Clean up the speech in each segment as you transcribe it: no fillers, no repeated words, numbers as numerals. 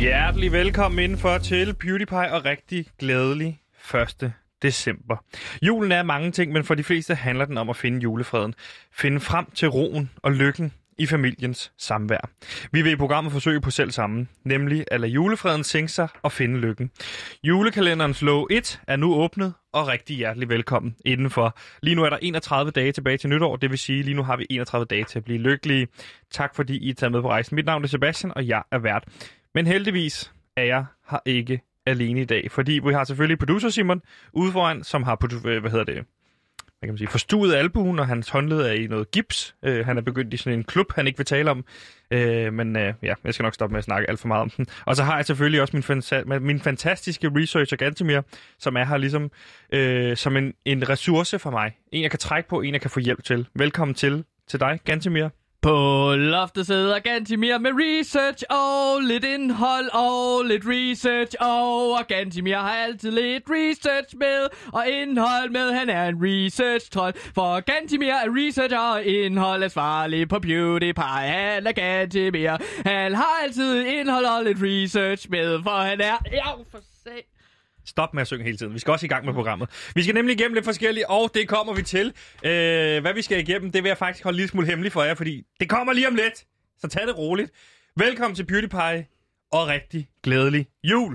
Hjertelig velkommen indenfor til PewDiePie og rigtig glædelig 1. december. Julen er mange ting, men for de fleste handler den om at finde julefreden. Finde frem til roen og lykken i familiens samvær. Vi vil i programmet forsøge på selv sammen, nemlig at lade julefreden sænke sig og finde lykken. Julekalenderens låg 1 er nu åbnet, og rigtig hjertelig velkommen indenfor. Lige nu er der 31 dage tilbage til nytår, det vil sige, lige nu har vi 31 dage til at blive lykkelige. Tak fordi I er taget med på rejsen. Mit navn er Sebastian, og jeg er vært. Men heldigvis er jeg her ikke alene i dag, fordi vi har selvfølgelig producer Simon ude foran, som har forstuet albuen, og hans håndled er i noget gips. Han er begyndt i sådan en klub, han ikke vil tale om. Jeg skal nok stoppe med at snakke alt for meget om den. Og så har jeg selvfølgelig også min fantastiske researcher Gantemir, som er her ligesom som en ressource for mig. En, jeg kan trække på, en, jeg kan få hjælp til. Velkommen til dig, Gantemir. På loftet sidder Gantemir med research og lidt indhold og lidt research og Gantemir har altid lidt research med og indhold med. Han er en research-trold, for Gantemir er research og indhold ansvarlig på PewDiePie. Han er Gantemir. Han har altid indhold og lidt research med, for han er... Stop med at synge hele tiden. Vi skal også i gang med programmet. Vi skal nemlig igennem lidt forskelligt, og det kommer vi til. Hvad vi skal igennem, det vil jeg faktisk holde lidt smule hemmeligt for jer, fordi det kommer lige om lidt. Så tag det roligt. Velkommen til PewDiePie, og rigtig glædelig jul.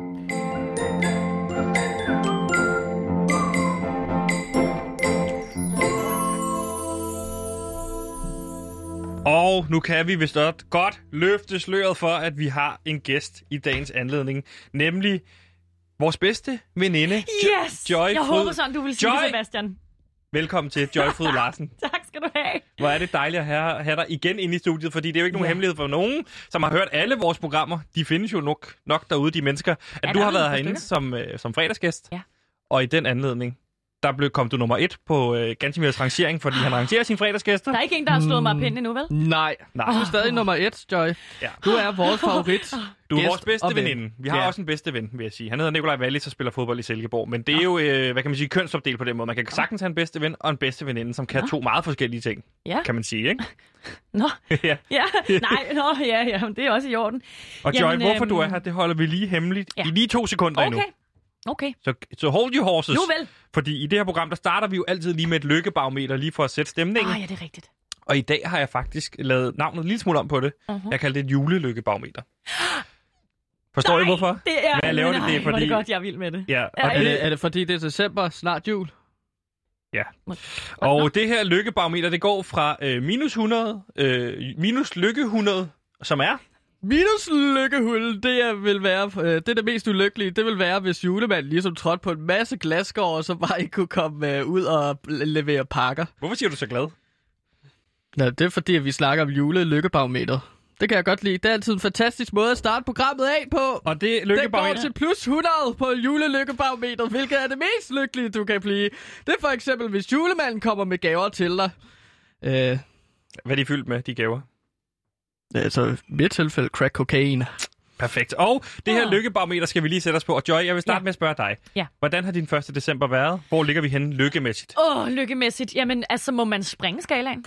Og nu kan vi vist godt løfte sløret for, at vi har en gæst i dagens anledning, nemlig vores bedste veninde, yes! Joy Jeg håber sådan, du vil sige det, Sebastian. Velkommen til Joy Fryd Larsen. Tak skal du have. Hvor er det dejligt at have dig igen inde i studiet, fordi det er jo ikke nogen hemmelighed for nogen, som har hørt alle vores programmer. De findes jo nok derude, de mennesker. At du har været herinde som fredagsgæst, og i den anledning, der kom du nummer 1 på Gantemirs rangering, fordi han rangerer sine fredagsgæster. Der er ikke en, der har slået mig af pinden endnu, vel? Nej. Du er stadig nummer 1, Joy. Ja. Du er vores favorit. Du er vores bedste veninde. Vi har også en bedste ven, vil jeg sige. Han hedder Nikolaj Wallis og spiller fodbold i Silkeborg. Men det er jo, kønsopdelt på den måde. Man kan sagtens have en bedste ven og en bedste veninde, som kan to meget forskellige ting, kan man sige, ikke? Nå. Ja. Det er også i orden. Og Joy, hvorfor du er her, det holder vi lige hemmeligt i lige 2 sekunder endnu. Okay. Så hold your horses. Nu vel. Fordi i det her program, der starter vi jo altid lige med et lykkebarometer, lige for at sætte stemningen. Ja, det er rigtigt. Og i dag har jeg faktisk lavet navnet en lille smule om på det. Jeg kalder det et julelykkebarometer. Forstår I hvorfor? Det er... Men jeg laver det, fordi... Hvor er det godt, jeg er vild med det. Ja, og er det fordi, det er december, snart jul? Ja. Og det her lykkebarometer, det går fra minus 100, minus lykke 100, som er... Minus lykkehul, det vil være det mest ulykkelige. Det vil være, hvis julemanden ligesom trådte på en masse glasskår, og så bare ikke kunne komme ud og levere pakker. Hvorfor siger du så glad? Ja, det er fordi, at vi snakker om julelykkebarometeret. Det kan jeg godt lide. Det er altid en fantastisk måde at starte programmet af på. Og det lykkebarometer... Det går til plus 100 på julelykkebarometeret, hvilket er det mest lykkelige, du kan blive. Det er for eksempel, hvis julemanden kommer med gaver til dig. Hvad er de fyldt med, de gaver? Altså, i mit tilfælde, crack cocaine. Perfekt. Og det her lykkebarometer skal vi lige sætte os på. Og Joy, jeg vil starte med at spørge dig. Ja. Hvordan har din 1. december været? Hvor ligger vi henne lykkemæssigt? Lykkemæssigt. Jamen, altså, må man springe skalaen?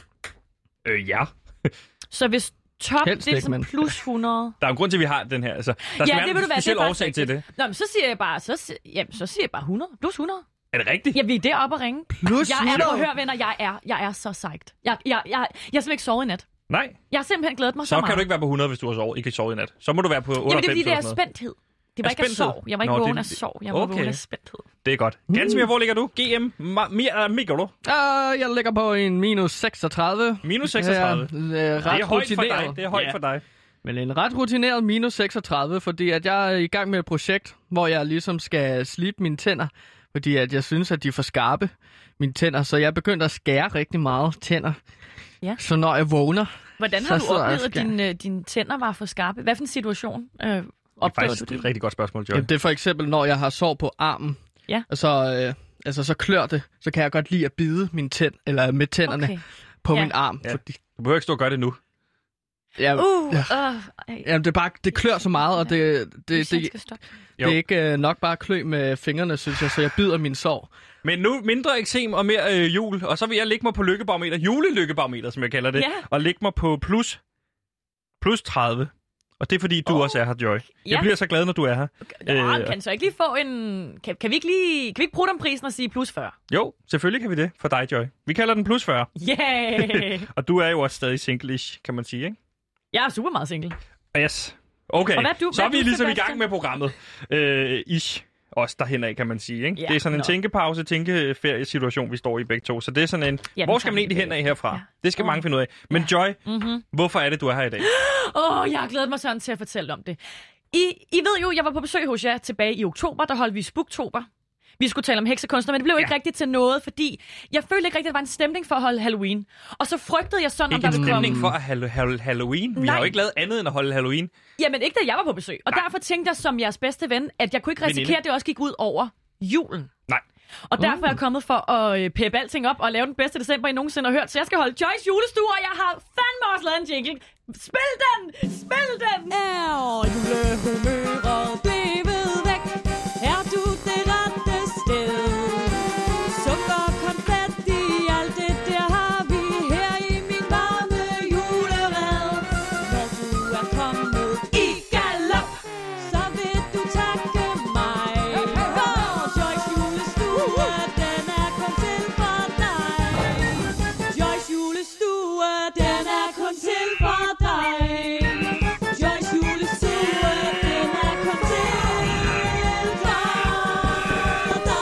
Ja. Så hvis top, det er sådan plus 100. Der er en grund til, at vi har den her. Altså, der er en speciel årsag til det. Nå, men så siger jeg bare, så siger jeg bare 100. Plus 100. Er det rigtigt? Ja, vi er deroppe at ringe. Plus 100? Hør, venner, jeg er så psyched. Jeg har simpelthen ikke sovet i nat. Nej. Jeg har simpelthen glædet mig så meget. Så kan du ikke være på 100, hvis du har ikke sovet i nat. Så må du være på 98. Jamen, det er fordi, det er spændthed. Det var ikke at sove. Jeg var ikke vågen af sov. Jeg var vågen af spændthed. Det er godt. Gantemir, hvor ligger du? GM? Ligger du? Jeg ligger på en minus 36. Minus 36? Det er højt for dig. Det er højt for dig. Men en ret rutineret minus 36, fordi at jeg er i gang med et projekt, hvor jeg ligesom skal slibe mine tænder. Fordi at jeg synes, at de er for skarpe, mine tænder. Så jeg er begyndt at skære rigtig meget tænder. Ja. Så når jeg vågner... Hvordan har du oplevet, at dine tænder var for skarpe? Hvad for en situation opdagede du det? Det er et rigtig godt spørgsmål, Joy. Det er for eksempel, når jeg har sår på armen. Ja. Og så klør det. Så kan jeg godt lide at bide min med tænderne på min arm. Ja. Fordi... Du behøver ikke stå og gøre det nu. Jamen, det klør så meget, og det er ikke nok bare at klø med fingrene, synes jeg, så jeg bider min sår. Men nu mindre eksem og mere jul, og så vil jeg lægge mig på lykkebarometer, julelykkebarometer, som jeg kalder det, og lægge mig på plus 30. Og det er fordi, du også er her, Joy. Ja. Jeg bliver så glad, når du er her. Kan så ikke lige få en... Kan vi ikke bruge den prisen og sige plus 40? Jo, selvfølgelig kan vi det for dig, Joy. Vi kalder den plus 40. Yeah! Og du er jo også stadig single-ish, kan man sige, ikke? Jeg er super meget single. Yes. Okay, så er vi ligesom i gang med programmet. Ish. Også derhen af, kan man sige. Ikke? Ja, det er sådan en tænkepause, tænkeferiesituation, vi står i begge to. Så det er sådan en, hvor skal man egentlig hen af herfra? Ja. Det skal mange finde ud af. Men Joy, hvorfor er det, du er her i dag? Jeg har glædet mig sådan til at fortælle om det. I ved jo, jeg var på besøg hos jer tilbage i oktober, der holdt vi Spooktober. Vi skulle tale om heksekunstner, men det blev ikke rigtigt til noget, fordi jeg følte ikke rigtigt, at der var en stemning for at holde Halloween. Og så frygtede jeg sådan, om der ville komme... Ikke en stemning for at holde Halloween? Vi har jo ikke lavet andet end at holde Halloween. Jamen ikke, da jeg var på besøg. Og derfor tænkte jeg som jeres bedste ven, at jeg kunne ikke risikere, at det også gik ud over julen. Nej. Og derfor er jeg kommet for at peppe alting op og lave den bedste december, I nogensinde har hørt. Så jeg skal holde Joy's julestue, og jeg har fandme også lavet en jingle. Spil den! Spil den! Julehumøret blevet væk. Er du det rette sted? Sukker, konfetti, alt det der har vi her i min varme julerad. Når du er kommet i galop, så vil du takke mig. For Joy's julestue, den er kun til for dig. Joy's julestue, den er kun til for dig. Joy's julestue, den er kun til for dig.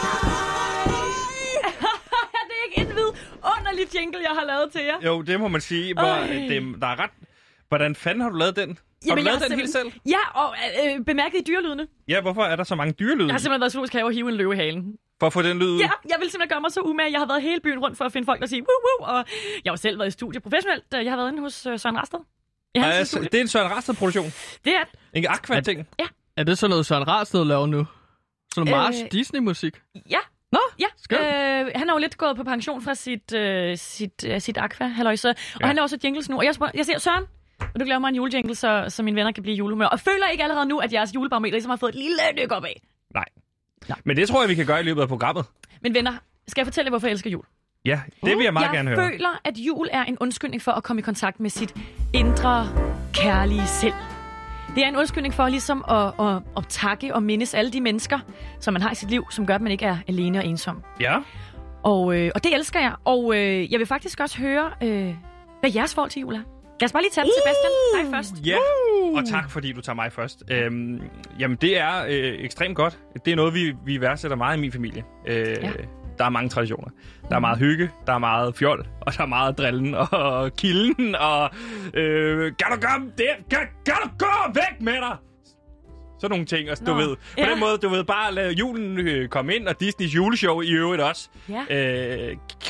Er det ikke en vidunderlig jingle, jeg har lavet til jer? Jo, det må man sige. Der er ret... Hvordan fanden har du lavet den? Har du lavet den helt selv? Ja, og bemærket i dyrelydene. Ja, hvorfor er der så mange dyrelyde? Jeg har simpelthen været zoologisk have og hive en løve i halen. For at få den lyd? Ja, jeg vil simpelthen gøre mig så umage. Jeg har været hele byen rundt for at finde folk, der siger woo, og jeg har selv været i studie professionelt. Jeg har været inde hos Søren Rasted. Det er en Søren Rasted-produktion? Det er en Aqua-ting? Ja. Er det sådan noget, Søren Rasted laver nu? Sådan noget Mars Disney-musik? Ja. Nå, ja. Han har jo lidt gået på pension fra sit Aqua-halløjse, og han laver også jingles nu. Og jeg siger, Søren, og du laver mig en julejingle, så mine venner kan blive julehumør. Og føler ikke allerede nu, at jeres julebarometer ligesom har fået et lille dyk op af? Nej. Men det tror jeg, vi kan gøre i løbet af programmet. Men venner, skal jeg fortælle jer, hvorfor jeg elsker jul? Ja, det vil jeg meget gerne høre. Jeg føler, at jul er en undskyldning for at komme i kontakt med sit indre, kærlige selv. Det er en undskyldning for ligesom at takke og mindes alle de mennesker, som man har i sit liv, som gør, at man ikke er alene og ensom. Ja. Og det elsker jeg. Og jeg vil faktisk også høre, hvad jeres forhold til jul er. Lad os bare lige tage den, Sebastian. Dig først. Ja, og tak fordi du tager mig først. Jamen, det er ekstremt godt. Det er noget, vi værdsætter meget i min familie. Der er mange traditioner. Der er meget hygge, der er meget fjol, og der er meget drillen og kilden, og kan du komme der? Kan du gå væk med dig? Sådan nogle ting, altså, du ved. På den måde, du ved, bare lade julen komme ind, og Disneys juleshow i øvrigt også. Ja.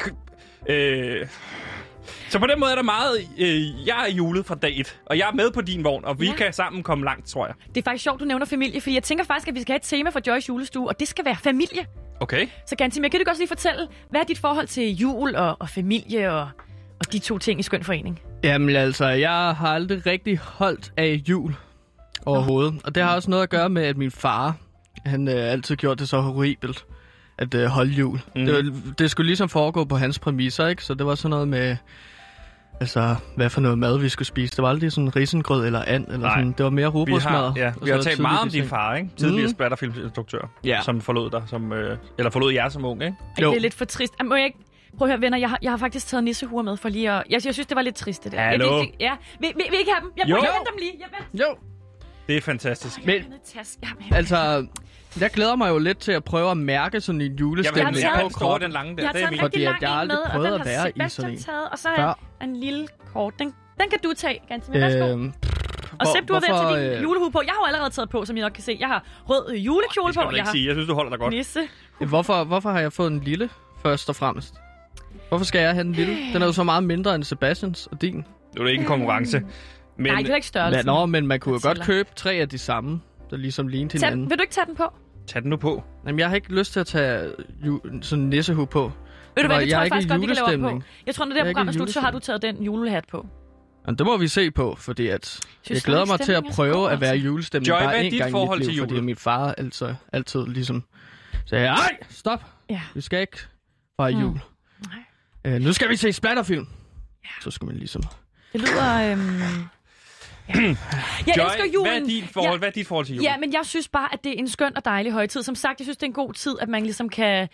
Så på den måde er der meget... jeg er julet fra dag 1, og jeg er med på din vogn, og vi kan sammen komme langt, tror jeg. Det er faktisk sjovt, du nævner familie, fordi jeg tænker faktisk, at vi skal have et tema for Joy's julestue, og det skal være familie. Okay. Så Gantimir, kan du også lige fortælle, hvad er dit forhold til jul og familie og de to ting i skøn forening? Jamen altså, jeg har aldrig rigtig holdt af jul overhovedet. Og det har også noget at gøre med, at min far, han altid gjort det så horribelt at holde jul. Det skulle ligesom foregå på hans præmisser, ikke? Så det var sådan noget med... Altså, hvad for noget mad vi skulle spise. Det var aldrig sådan risengrød eller and, eller sådan. Det var mere rugbrødsmad. Vi har talt meget om din far, ikke? Tidligere splatterfilminstruktør, som forlod dig, eller forlod jer som ung, ikke? Jo. Det er lidt for trist. Må jeg ikke... Prøv at høre, venner, jeg har faktisk taget nissehuer med for lige at... Jeg synes, det var lidt trist, det der. Hallo? Vil ikke have dem? Jeg venter dem lige. Jo. Det er fantastisk. Men, altså... Jeg glæder mig jo lidt til at prøve at mærke sådan en julestemning på kort. Den lange der. Jeg har taget en rigtig lang en med, og den har Sebastian taget, og så har jeg en lille kort. Den kan du tage, Gantimir. Værsgo. Og Seb, du har været til din julehue på. Jeg har jo allerede taget på, som I nok kan se. Jeg har rød julekjole på. Jeg synes, du holder dig godt. Nisse. Hvorfor har jeg fået en lille, først og fremmest? Hvorfor skal jeg have den lille? Den er jo så meget mindre end Sebastians og din. Det er jo ikke en konkurrence. Men, nej, det er ikke størrelsen. Men man kunne jo godt købe 3 af de samme, der ligesom ligner hinanden. Vil du ikke tage den på? Tag den nu på. Jamen, jeg har ikke lyst til at tage sådan en nissehue på. Ved du hvad, det tror jeg faktisk godt, vi kan lave på. Jeg tror, når det her program er slut, så har du taget den julehat på. Jamen, det må vi se på, fordi at jeg glæder mig til at prøve at være julestemning bare en gang i mit liv, fordi min far altid ligesom sagde, ej, stop, vi skal ikke fejre jul. Nu skal vi se splatterfilm. Så skal man ligesom... Det lyder... Jeg elsker julen. Hvad er dit forhold til julen? Ja, men jeg synes bare, at det er en skøn og dejlig højtid. Som sagt, jeg synes, det er en god tid, at man ligesom kan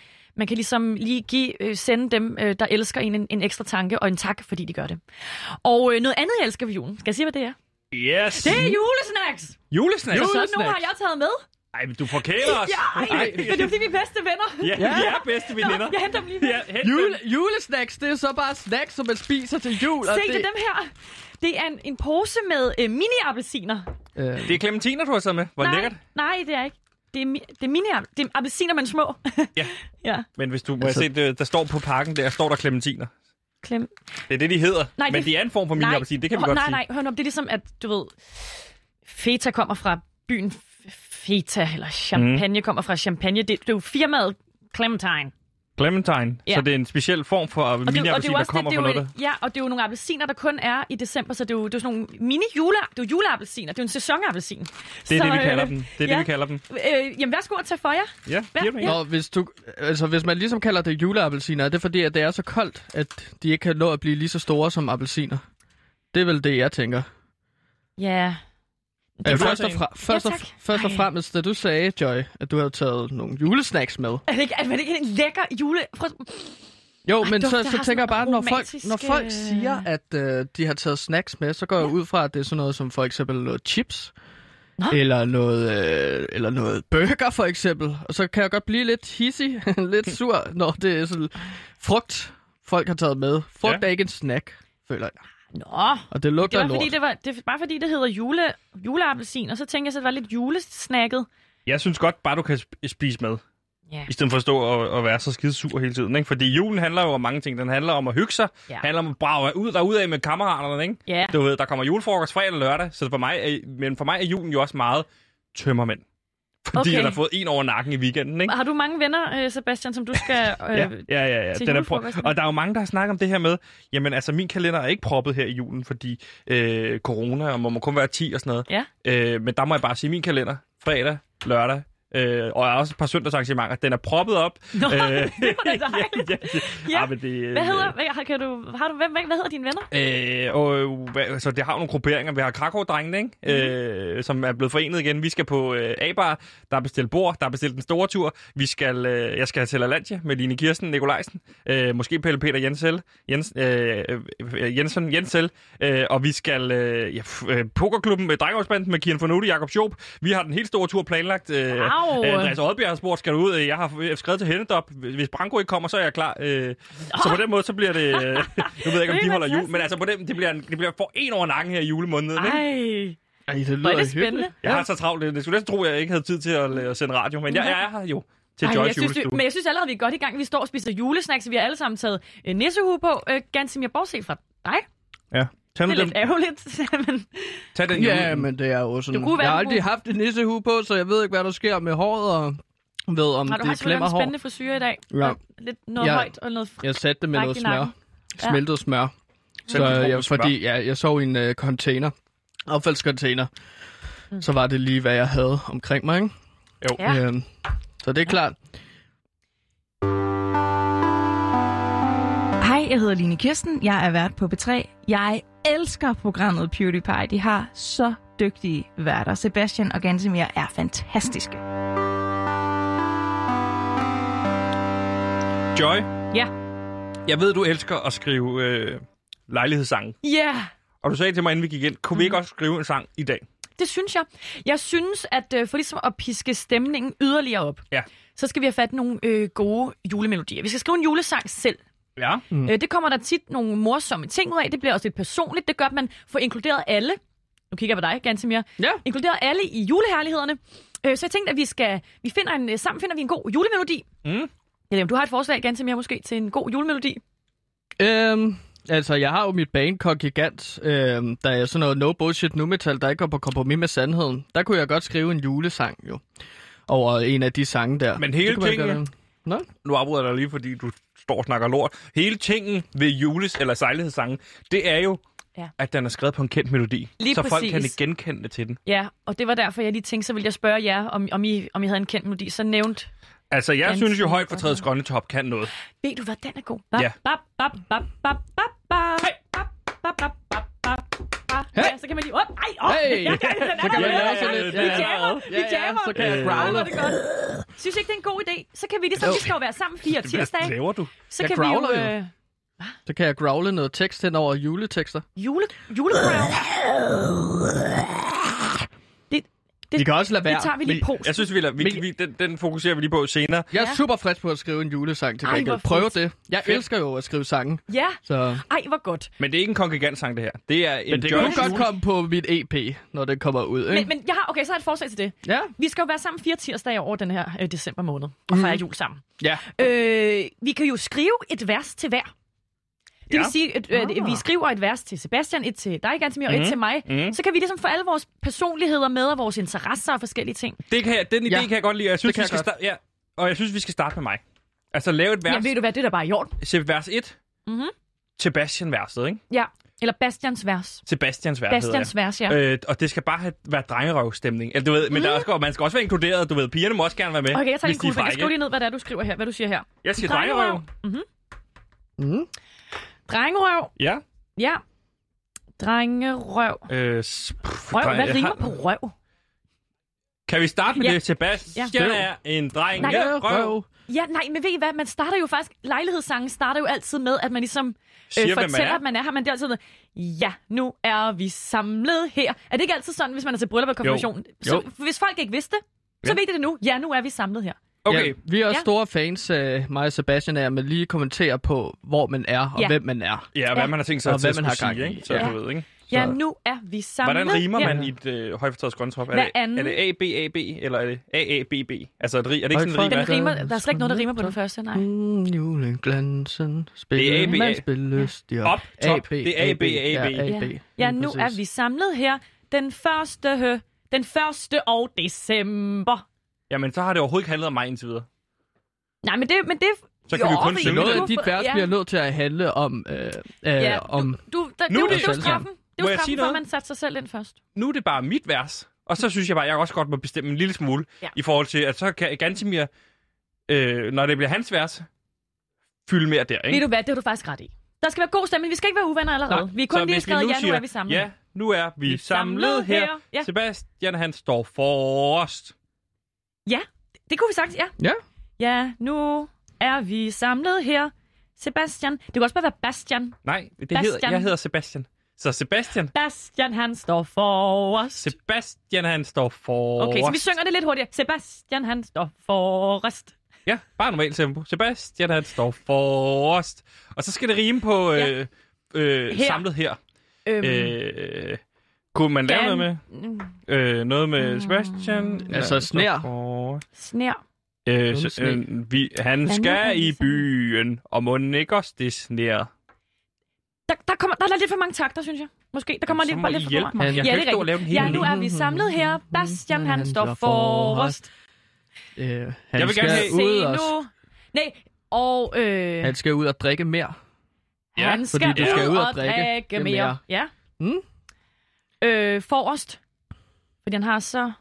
lige sende dem, der elsker en ekstra tanke og en tak, fordi de gør det. Og noget andet, jeg elsker ved julen. Skal jeg sige, hvad det er? Yes! Det er julesnacks! Julesnacks? Så sådan nogle har jeg taget med. Ej, men du forkæler os. Men det er fordi, vi er bedste venner. Ja, vi er bedste veninder. Jeg henter dem lige. Julesnacks, det er så bare snacks, som man spiser til jul. Se, det er dem her. Det er en pose med mini-appelsiner. Det er clementiner, du har taget med. Hvor lækkert. Nej, det er ikke. Det er appelsiner, men små. Ja. Men hvis du må se, der står på pakken, der står der clementiner. Det er det, de hedder. Nej, men det er en form for mini-appelsin, det kan vi godt sige. Nej, hør nu, det er ligesom, at du ved, feta kommer fra byen Feta, eller champagne kommer fra Champagne. Det er jo firmaet Clementine. Ja. Så det er en speciel form for mini-appelsin, der kommer fra noget. Ja, og det er jo nogle appelsiner, der kun er i december, så det er jo sådan nogle juleappelsiner. Det er jo en sæsonappelsin. Det er det, vi kalder dem. Vi kalder dem. Jamen, værsgo at tage for jer. Ja, hvis man ligesom kalder det juleappelsiner, er det fordi, at det er så koldt, at de ikke kan nå at blive lige så store som appelsiner. Det er vel det, jeg tænker. Ja. Først og fremmest, da du sagde, Joy, at du havde taget nogle julesnacks med. Er det ikke en lækker jule... Jo, men så tænker jeg bare, når folk siger, at de har taget snacks med, så går jeg ud fra, at det er sådan noget som for eksempel noget chips, eller noget burger for eksempel. Og så kan jeg godt blive lidt hissig, lidt sur, når det er sådan frugt, folk har taget med. Frugt er ikke en snack, føler jeg. Nå, og det lugter lort. Det er bare fordi, det hedder juleappelsin, og så tænker jeg, at det var lidt julesnakket. Jeg synes godt, bare du kan spise med. Yeah. I stedet for at stå og være så skide sur hele tiden. Ikke? Fordi julen handler jo om mange ting. Den handler om at hygge sig. Yeah. Handler om at brage ud med kammeraterne. Ikke? Yeah. Du ved, der kommer julefrokost fredag og lørdag. Så for mig er julen jo også meget tømmermænd. Fordi jeg har fået en over nakken i weekenden, ikke? Har du mange venner, Sebastian, som du skal ja. til julefrokosten? Og der er jo mange, der har snakket om det her med, jamen altså, min kalender er ikke proppet her i julen, fordi corona, og må kun være 10 og sådan noget. Ja. Men der må jeg bare sige, min kalender, fredag, lørdag, og jeg har også et par søndagsarrangementer. Den er proppet op. Nå, det var da dejligt. Ja. Men det, hvad hedder dine venner? Så det har nogle grupperinger. Vi har Krakow-drengene, ikke? Som er blevet forenet igen. Vi skal på A-bar. Der er bestilt bord. Der er bestilt den store tur. Jeg skal til Lalandia med Line Kirsten Nikolajsen. Måske Pelle Peter Jensen. Og vi skal pokerklubben med Drengårdsbanden med Kian Fornuti, Jakob Schoop. Vi har den helt store tur planlagt. Andreas Oddbjerg har spurgt, skal du ud? Jeg har skrevet til Hennedop. Hvis Branko ikke kommer, så er jeg klar. Så på den måde, så bliver det... Nu ved jeg ikke, om de holder jul, men altså på den, det bliver for en over nakken her i julemåneden. Ikke? Ej, det lyder spændende. Jeg har så travlt. Det skulle næsten tro, at jeg ikke havde tid til at sende radio, men jeg er her jo til Joyce julestue. Men jeg synes allerede, vi er godt i gang. Vi står og spiser julesnacks, vi har alle sammen taget nissehue på. Gansimir, bortset fra dig. Ja. Det er lidt ærgerligt, men... Tag den men det er jo sådan... Jeg har aldrig haft en nissehue på, så jeg ved ikke, hvad der sker med håret, og ved, om det klemmer hår. Har du haft en spændende frisyr i dag? Ja. Lidt noget højt og noget... Jeg satte det med noget smør. Smeltet smør. Så jeg sov i en container. Affaldscontainer. Så var det lige, hvad jeg havde omkring mig, ikke? Jo. Ja. Så det er klart. Hej, jeg hedder Line Kirsten. Jeg er vært på B3. Jeg elsker programmet PewDiePie. De har så dygtige værter. Sebastian og Gansimir er fantastiske. Joy? Ja? Jeg ved, du elsker at skrive lejlighedssange. Ja! Og du sagde til mig, inden vi gik ind, kunne vi ikke også skrive en sang i dag? Det synes jeg. Jeg synes, at for ligesom at piske stemningen yderligere op, så skal vi have fat i nogle gode julemelodier. Vi skal skrive en julesang selv. Ja. Det kommer der tit nogle morsomme ting ud af. Det bliver også lidt personligt. Det gør, at man får inkluderet alle. Nu kigger jeg på dig, Gansimir. Ja. Inkluderet alle i juleherlighederne. Så jeg tænkte, at sammen finder vi en god julemelodi. Ja, du har et forslag, Gansimir, måske til en god julemelodi? Altså, jeg har jo mit band Kongigant, der er sådan noget no bullshit nu metal, der ikke går på kompromis med sandheden. Der kunne jeg godt skrive en julesang, jo. Over en af de sange der. Men hele tingen... Nu afbryder jeg dig lige, fordi du står og snakker lort. Hele tingen ved eller sejlighedssangen, det er jo, at den er skrevet på en kendt melodi. Lige så præcis. folk kan genkende til den. Ja, og det var derfor, jeg lige tænkte, så ville jeg spørge jer, om I havde en kendt melodi. Så nævnt... Altså, jeg synes jo, højt fortrædets grønne top kan noget. Ved du hvad, den er god. Ja. Ja, så kan man lige... Hey! Den Så kan man lave sådan lidt... Vi jammer. Så kan jeg growle. Hvor det godt. Synes ikke, det er en god idé? Så kan vi ligesom... Vi skal jo være sammen 4 tirsdage. Hvad laver du? Så Jeg kan vi jo... growler jo. Så kan jeg growle noget tekst hen over juletekster. Julegrøv. Vi kan også lade være. Det tager vi lige på. Jeg synes, den fokuserer vi lige på senere. Jeg er super frisk på at skrive en julesang til Ej, gengæld. hvor Prøv fedt. det. Jeg elsker jo at skrive sange. Ja. Så... Ej, hvor godt. Men det er ikke en kongregantsang, det her. Det er en Men det Joyce kunne godt komme på mit EP, når det kommer ud, ikke? Men jeg har... Okay, så har jeg et forslag til det. Ja. Vi skal jo være sammen 4 tirsdage over den her december måned. Og fejre jul sammen. Ja. Vi kan jo skrive et vers til hver. Det vil sige, at vi skriver et vers til Sebastian, et til dig, Gantemir, og et til mig. Så kan vi ligesom få alle vores personligheder med, og vores interesser og forskellige ting. Den idé kan jeg godt lide, og jeg synes, jeg synes, vi skal starte med mig. Altså lave et vers. Ja, ved du hvad, det er da bare i orden. Til vers 1. Sebastian-verset, ikke? Ja, eller Bastians vers. Sebastians vers, Bastians vers, ja. og det skal bare være drengerøvstemning. Eller, du ved, men der er også, man skal også være inkluderet. Du ved, pigerne må også gerne være med. Okay, jeg tager hvis din de er kuglepen. Jeg skriver frække. lige ned, hvad det er, du skriver her. Hvad du siger her. Jeg siger drengerøv. Drengerøv. Ja. Ja. Drengerøv. Røv, hvad rimer på røv? Kan vi starte med Ja. det? Sebastian er en drengerøv. Ja, nej, men ved I hvad? Man starter jo faktisk... Lejlighedssangen starter jo altid med, at man ligesom Siger, hvem man fortæller, er. at man er her. Men det er altid med, ja, nu er vi samlet her. Er det ikke altid sådan, hvis man er til bryllup og konfirmation? Så hvis folk ikke vidste det, så ved de det nu. Ja, nu er vi samlet her. Okay. Ja, vi er også store fans af mig og Sebastian er, med lige kommentere på, hvor man er og hvem man er. Ja, hvad man har tænkt sig Og til hvad at man har skulle gang sige, i. ikke? Så Ja. du ved, ikke? Ja, nu er vi samlet Hvordan rimer her. man i et højfortaget grøntrop? Hver anden. Er det A-B-A-B, eller er det A-A-B-B? Altså, er det ikke sådan en rim? Den rimer, der er slet ikke noget, der rimer på den første, nej. Juleglansen Det er spiller A-B-A. man spillystiger. Op, top. Det er A-B-A-B. Ja, nu er vi samlet her den 1. og december. Jamen, så har det overhovedet ikke handlet om mig indtil videre. Nej, men det... Så kan vi kun synge Noget det. af dit vers bliver nødt til at handle om... Ja, om det er Nu jo er det straffen. Det er Må jo jeg sige straffen, for noget? at man satte sig selv ind først. Nu er det bare mit vers. Og så synes jeg bare, at jeg også godt må bestemme en lille smule. Ja. I forhold til, at så kan Gantemir, når det bliver hans vers, fylde mere der, ikke? Ved du hvad, det har du faktisk ret i. Der skal være god stemning. Vi skal ikke være uvenner allerede. Vi er kun Så lige hvis vi skrevet, ja, nu siger, er vi samlet. Ja, nu er vi samlet her. Ja. Sebastian, han står forrest. Ja, det kunne vi sagt, ja. Ja. Ja, nu er vi samlet her. Sebastian. Det kunne også bare være Bastian. Nej, Bastian. jeg hedder Sebastian. Så Sebastian. Bastian, han står forrest. Sebastian, han står forrest. Okay, så vi synger det lidt hurtigere. Sebastian, han står forrest. Ja, bare normalt tempo. Sebastian, han står forrest. Og så skal det rime på samlet her. Kunne man lave noget med? Noget med Sebastian? Altså snær. Snær. Han skal i byen, og må ikke også det snær. Der er lidt for mange takter, synes jeg. Måske. Der kommer Så lige må bare I lidt for hjælpe mig. mange. Jeg Ja, kan det ikke er stå og lave den rigtigt. hele Ja, nu er vi samlet her. Bastian, han står forrest. Han Jeg vil skal gerne have- ud Se og... nu. Nej, og Han skal ud og drikke mere. Ja, han skal, fordi du skal ud og og drikke drikke mere. Ja. Mm? Forrest. Fordi han har så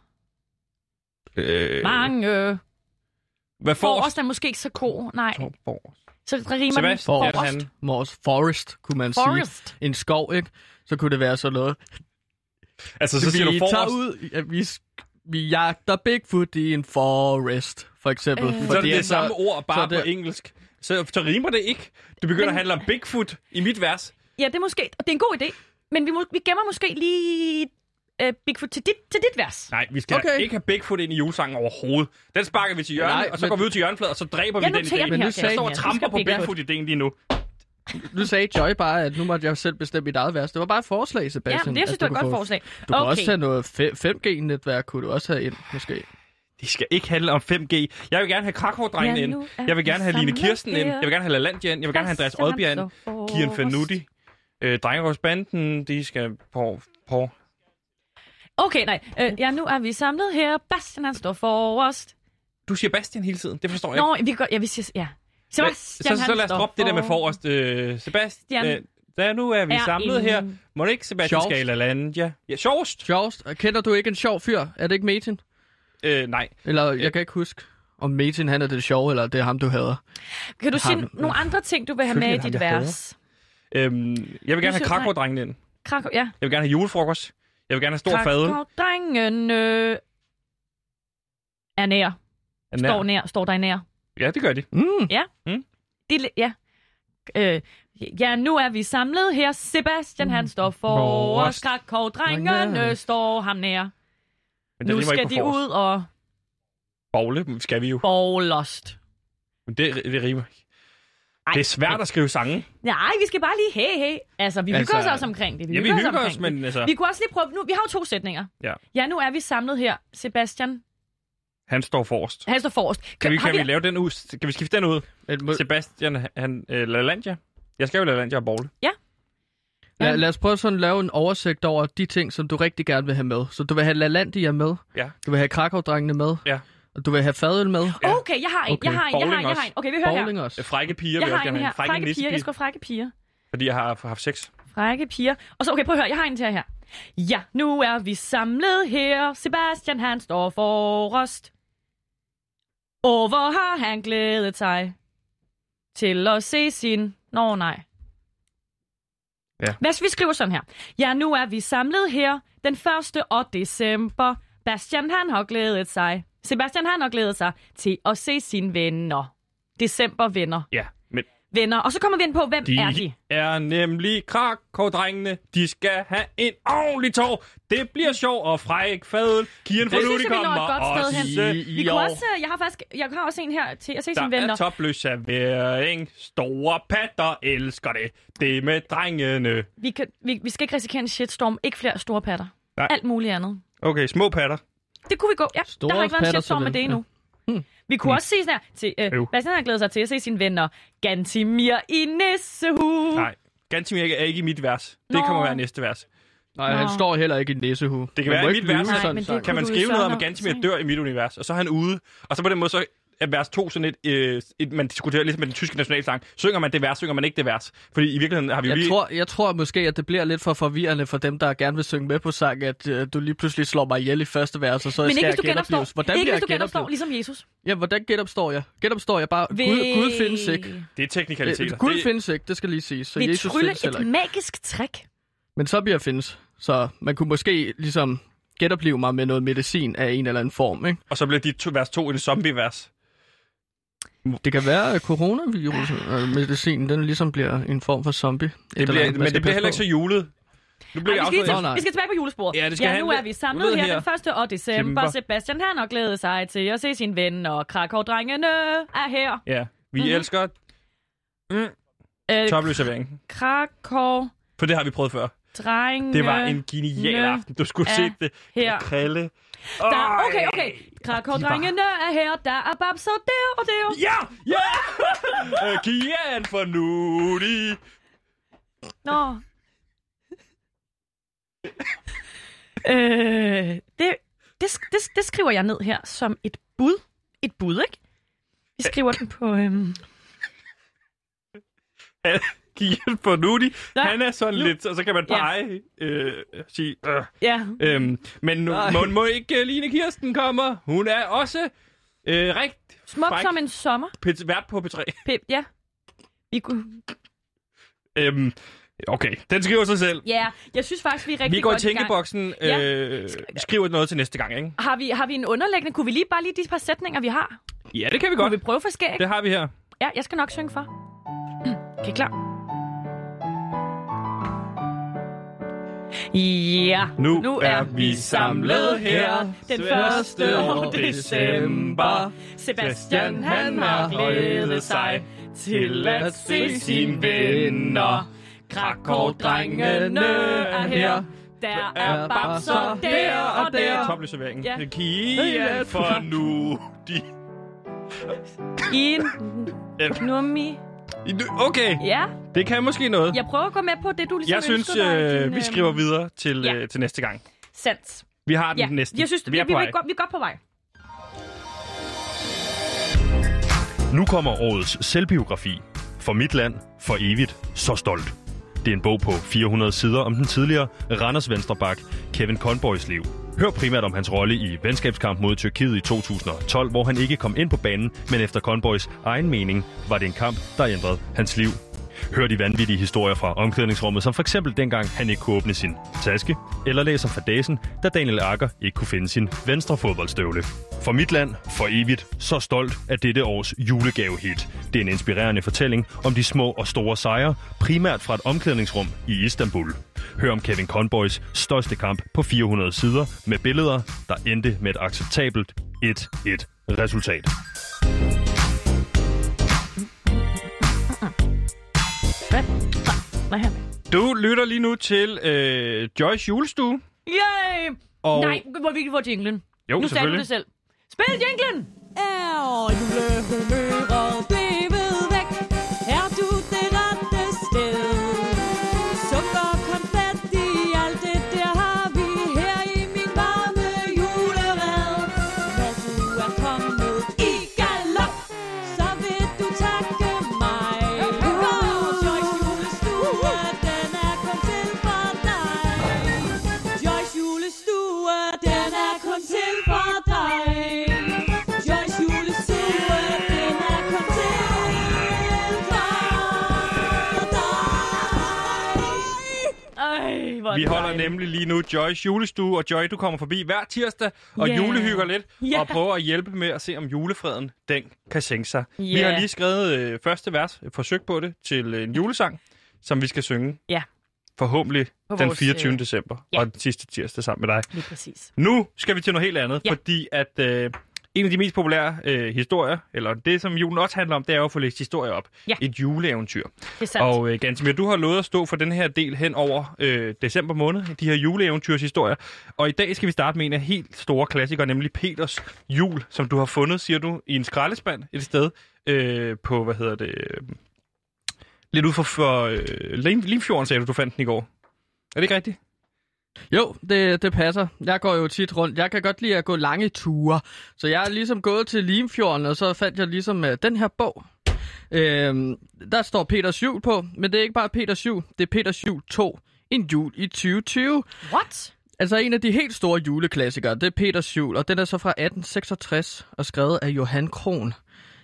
mange... Hvad Forrest er måske ikke så god. Nej, så rimer den Sebastian, forrest. han... Forest, kunne man Forest. sige. En skov, ikke? Så kunne det være sådan noget. Altså, så siger du Vi tager forrest. ud... Ja, vi jagter Bigfoot i en forest, for eksempel. Så er det det samme ord, bare så det- på engelsk. Så rimer det ikke. Det begynder at handle om Bigfoot i mit vers. Ja, det er måske... Og det er en god idé. Men vi gemmer måske lige Bigfoot til dit vers. Nej, vi skal ikke have Bigfoot ind i julesangen overhovedet. Den sparker vi til hjørnet, Nej, og så men- går vi ud til hjørnefladet, og så dræber vi Jeg den noterer idé. den her, nu sagde Jeg står og Gantemir. tramper på Du skal Bigfoot. Bigfoot-idéen lige nu. Nu sagde Joy bare, at nu måtte jeg selv bestemme mit eget vers. Det var bare et forslag, Sebastian. Ja, men det jeg synes, det var et godt forslag. Du kan også have noget 5G-netværk, kunne du også have ind, måske. Det skal ikke handle om 5G. Jeg vil gerne have Krakow-drengene Ja, ind. nu er Jeg vil gerne have vi Line samlet Kirsten ind. her. Jeg vil gerne have LaLandia ind. Jeg vil gerne have Andreas Odbjerg ind. Kian Fanuti. Drengerøvsbanden, de skal på... Okay, nej. Ja, nu er vi samlet her. Bastian, han står forrest. Du siger Bastian hele tiden. Det forstår jeg Nå, vi kan godt... Ja, vi siger... Ja. Sebastian, så lad os droppe det der med forrest. Sebastian, nu er vi samlet her. Må det ikke Sebastian skal LaLandia? Ja, sjovest. Sjovest. Kender du ikke en sjov fyr? Er det ikke Metin? Nej. Eller, jeg kan ikke huske, om Metin han er det sjove, eller det er ham, du hader. Kan du sige nogle andre ting, du vil have med i dit vers? Jeg vil gerne have Krakow-drengene ind. Krakow, ja. Jeg vil gerne have julefrokost. Jeg vil gerne have stor fadøl. Krakow-drengen er nær. Står der nær. Ja, det gør de. Ja. Ja. Ja, nu er vi samlet her. Sebastian, han står for os. Krakow-drengene står ham nær. Nu skal de ud og... Bogle skal vi jo. Bowlost. Men det rimer. Det er svært at skrive sange. Nej, vi skal bare lige hey. Altså, vi hygger os også omkring det. Vi hygger os, men altså... Vi kunne også lige prøve... Nu, vi har jo 2 sætninger. Ja, nu er vi samlet her. Sebastian... Han står forrest. Kan vi lave den ud? Kan vi skifte den ud? Sebastian, LaLandia. Jeg skal jo LaLandia og Bogle. Ja. Lad os prøve sådan at lave en oversigt over de ting, som du rigtig gerne vil have med. Så du vil have LaLandia med. Ja. Du vil have Krakow-drengene med. Ja. Og du vil have fadøl med. Ja. Okay, jeg har en. Okay, vi hører Bowling her. også. Frække piger. Jeg har en her. Frække piger. Jeg skal frække piger. Fordi jeg har haft sex. Frække piger. Og så, okay, prøv at høre. Jeg har en til her. Ja, nu er vi samlet her. Sebastian, han står forrest. Og hvor har han glædet sig til at se sin... nej. Ja. Hvad vi skriver sådan her? Ja, nu er vi samlet her den 1. december. Sebastian, han har glædet sig til at se sine venner. Decembervenner. Ja, men... Venner. Og så kommer vi ind på, hvem er de? De er nemlig Krakow-drengene. De skal have en ordentlig tår. Det bliver sjov og fræk fadøl. Kian for nu, de kommer også. Vi kunne også, jeg har også en her til at se sine venner. Der er topløs servering. Store patter elsker det. Det med drengene. Vi skal ikke risikere en shitstorm. Ikke flere store patter. Nej. Alt muligt andet. Okay, små patter. Det kunne vi gå. Ja, store der har ikke været en shitstorm med det endnu. Vi kunne også sige sådan her til... Bastian har glædet sig til at se sine venner. Gantimir i Nissehue. Nej, Gantimir er ikke i mit vers. Det kommer være næste vers. Nej, han står heller ikke i Nissehue. Det kan være i mit vers. Kan man skrive noget om, at Gantimir dør i mit univers, og så er han ude. Og så på den måde så er vers 2 sådan et man diskuterer ligesom med den tyske nationalsang. Synger man det vers, synger man ikke det vers? Fordi i virkeligheden har vi jo jeg tror måske, at det bliver lidt for forvirrende for dem, der gerne vil synge med på sang, at du lige pludselig slår mig ihjel i første vers, og så men skal ikke, jeg genopleves. Hvordan ikke hvis du genopstår, ligesom Jesus. Ja, hvordan genopstår jeg? Genopstår jeg bare? Gud findes ikke. Det er teknikaliteter. Gud findes ikke, det skal lige siges. Så Jesus findes heller ikke. Et magisk trick. Men så bliver jeg findes. Så man kunne måske ligesom genopleve mig med noget medicin af en eller anden form, ikke? Og så bliver dit vers 2 en zombie-vers. Det kan være, at coronavirus-medicinen, den ligesom bliver en form for zombie. Men det bliver heller ikke så julet. Nu bliver vi skal tilbage på julesporet. Ja, nu er vi samlet her den 1. december. Sebastian, han har glædet sig til at se sine venner, og Krakow-drengene er her. Ja, vi elsker topløs servering. Krakow. For det har vi prøvet før. Drengene. Det var en genial aften. Du skulle se det. Her. Krille. Okay. Krakow-drengene er her. Der er babser der og der. Ja! Kian for nu. Nå. Det skriver jeg ned her som et bud. Et bud, ikke? Vi skriver den på... Kian for Nudi. Han er sådan lidt, og så kan man pege, sige... Ja. Men må ikke Line Kirsten kommer. Hun er også rigtig... Smuk som en sommer. Vært på P3. Ja. Vi kunne... Okay, den skriver sig selv. Ja, jeg synes faktisk, vi er rigtig godt i gang. Vi går i tænkeboksen, skriver noget til næste gang, ikke? Har vi en underlæggende? Kunne vi lige bare de par sætninger, vi har? Ja, det kan vi godt. Kunne vi prøve for skæg? Det har vi her. Ja, jeg skal nok synge for. Okay, klar. Ja, nu er vi samlet her den 1. december. Sebastian, han har glædet sig til at se sine venner. Krakow-drengene er her. Der er babser der og der. Topløs servering. Ja. Kian for nu. Okay. Ja. Det kan måske noget. Jeg prøver at gå med på det, du ligesom jeg synes, vi skriver videre til næste gang. Sandt. Vi har den næste. Jeg synes, vi er godt på vej. Nu kommer årets selvbiografi. For mit land, for evigt, så stolt. Det er en bog på 400 sider om den tidligere Randers venstreback Kevin Conboys liv. Hør primært om hans rolle i venskabskamp mod Tyrkiet i 2012, hvor han ikke kom ind på banen, men efter Conboys egen mening var det en kamp, der ændrede hans liv. Hør de vanvittige historier fra omklædningsrummet, som for eksempel dengang han ikke kunne åbne sin taske, eller læser fadæsen, da Daniel Agger ikke kunne finde sin venstre fodboldstøvle. For mit land, for evigt, så stolt af dette års julegavehit. Det er en inspirerende fortælling om de små og store sejre, primært fra et omklædningsrum i Istanbul. Hør om Kevin Conboys største kamp på 400 sider med billeder, der endte med et acceptabelt 1-1 resultat. Du lytter lige nu til Joyce julestue. Yay! Og... Nej, hvor vi ikke få jinglen. Jo, nu sagde du det selv. Spil jinglen! Er julehumøret blevet væk? Er du det rette sted? Sukker, konfetti, alt det der har vi her i min varme julerad. Når du er kommet i galop, så vil du takke mig. Joyce julestue, den er kun til for dig. Joyce julestue, den er kun til for dig. Joyce julestue, den er kun til Ej, hvor er Vi det holder dejligt. nemlig lige nu Joyce julestue, og Joy, du kommer forbi hver tirsdag og Ja. julehygger lidt, Ja. og prøver at hjælpe med at se, om julefreden, den kan sænke sig. Vi Ja. har lige skrevet første vers, et forsøg på det, til en julesang, som vi skal synge. Ja. Forhåbentlig På den vores, 24. december, ja. og den sidste tirsdag sammen med dig. Lige præcis. Nu skal vi til noget helt andet, Ja. fordi at en af de mest populære historier, eller det som julen også handler om, det er jo at få læst historier op. Ja. Et juleeventyr. Det er sandt. Og Gantemir, du har lovet at stå for den her del hen over december måned, de her juleeventyrshistorier. Og i dag skal vi starte med en af helt store klassikere, nemlig Peters Jul, som du har fundet, siger du, i en skraldespand et sted på, lidt ud for Limfjorden, sagde du fandt den i går. Er det ikke rigtigt? Jo, det passer. Jeg går jo tit rundt. Jeg kan godt lide at gå lange ture. Så jeg er ligesom gået til Limfjorden, og så fandt jeg ligesom den her bog. Der står Peters Jul på, men det er ikke bare Peters Jul. Det er Peters Jul 2. En jul i 2020. What? Altså en af de helt store juleklassikere, det er Peters Jul, og den er så fra 1866 og skrevet af Johan Krohn.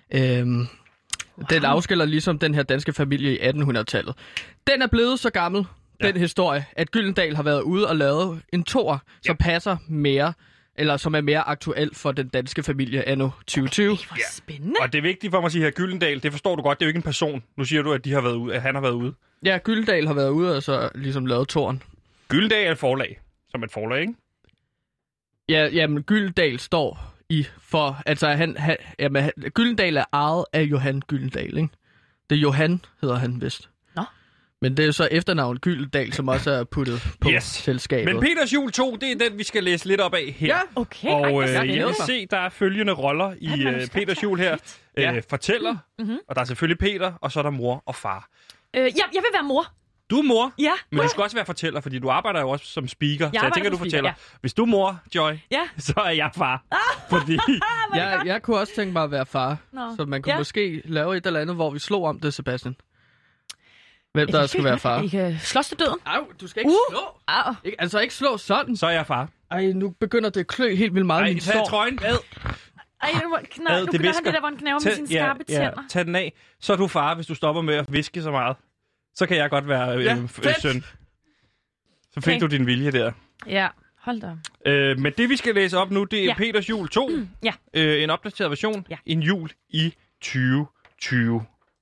Den afskiller ligesom den her danske familie i 1800-tallet. Den er blevet så gammel, den historie, at Gyldendal har været ude og lavet en toer, som passer mere, eller som er mere aktuel for den danske familie anno 2020. Okay, hvor spændende. Og det er vigtigt for mig at sige her, Gyldendal, det forstår du godt, det er jo ikke en person. Nu siger du, at de har været ude, at han har været ude. Ja, Gyldendal har været ude og så ligesom lavet toeren. Gyldendal er et forlag, som et forlag, ikke? Ja, jamen Gyldendal står i for, altså Gyldendal er ejet af Johan Gyldendal, ikke? Det er Johan, hedder han vist. Nå. Men det er så efternavnet Gyldendal, som også er puttet på selskabet. Men Peters Jul 2, det er den, vi skal læse lidt op af her. Ja, Okay, Og hvor jeg spændende. kan se, der er følgende roller i Peters Jul her. Fortæller, og der er selvfølgelig Peter, og så er der mor og far. Ja, jeg vil være mor. Du er mor, Ja. men du skal også være fortæller, fordi du arbejder jo også som speaker. Så jeg arbejder tænker, du som fortæller. speaker, Hvis du er mor, Joy, Ja. så er jeg far. Fordi jeg kunne også tænke mig at være far. Nå. Så man kunne Ja. måske lave et eller andet, hvor vi slog om det, Sebastian. Hvem der skal være far. I kan slås til døden. Au, du skal ikke slå. Au. Altså ikke slå sådan. så er jeg far. Ej, nu begynder det at klø helt vildt meget i Ej, min tag sår. trøjen af. Ej, nu knæver han det der, hvor han knæver med sine skarpe tænder. tag den af. Så er du far, hvis du stopper med at viske så meget. Så kan jeg godt være fedt. søn. Så fik Okay. du din vilje der. Ja, hold da. Men det, vi skal læse op nu, det er Ja. Peters Jul 2. Ja. En opdateret version. Ja. En jul i 2020.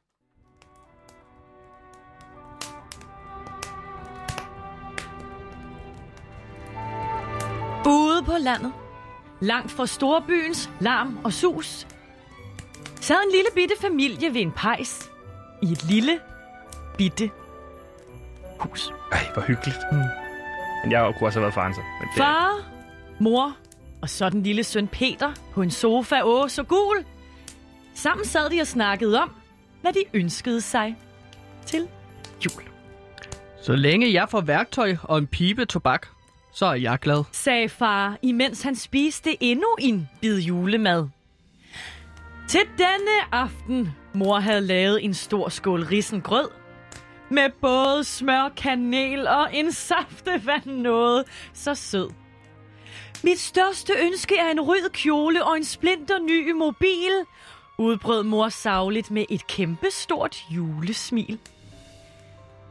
Ude på landet, langt fra storbyens larm og sus, sad en lille bitte familie ved en pejs i et lille bitte hus. Ej, hvor hyggeligt. Men jeg kunne også have været faren så. Men det... Far, mor og så den lille søn Peter på en sofa, så gul. Sammen sad de og snakkede om, hvad de ønskede sig til jul. Så længe jeg får værktøj og en pibe tobak, så er jeg glad. Sagde far, imens han spiste endnu en bid julemad. Til denne aften, mor havde lavet en stor skål risengrød med både smør, kanel og en saftevand noget så sød. Mit største ønske er en rød kjole og en splinter ny mobil, udbrød mor sagligt med et kæmpestort julesmil.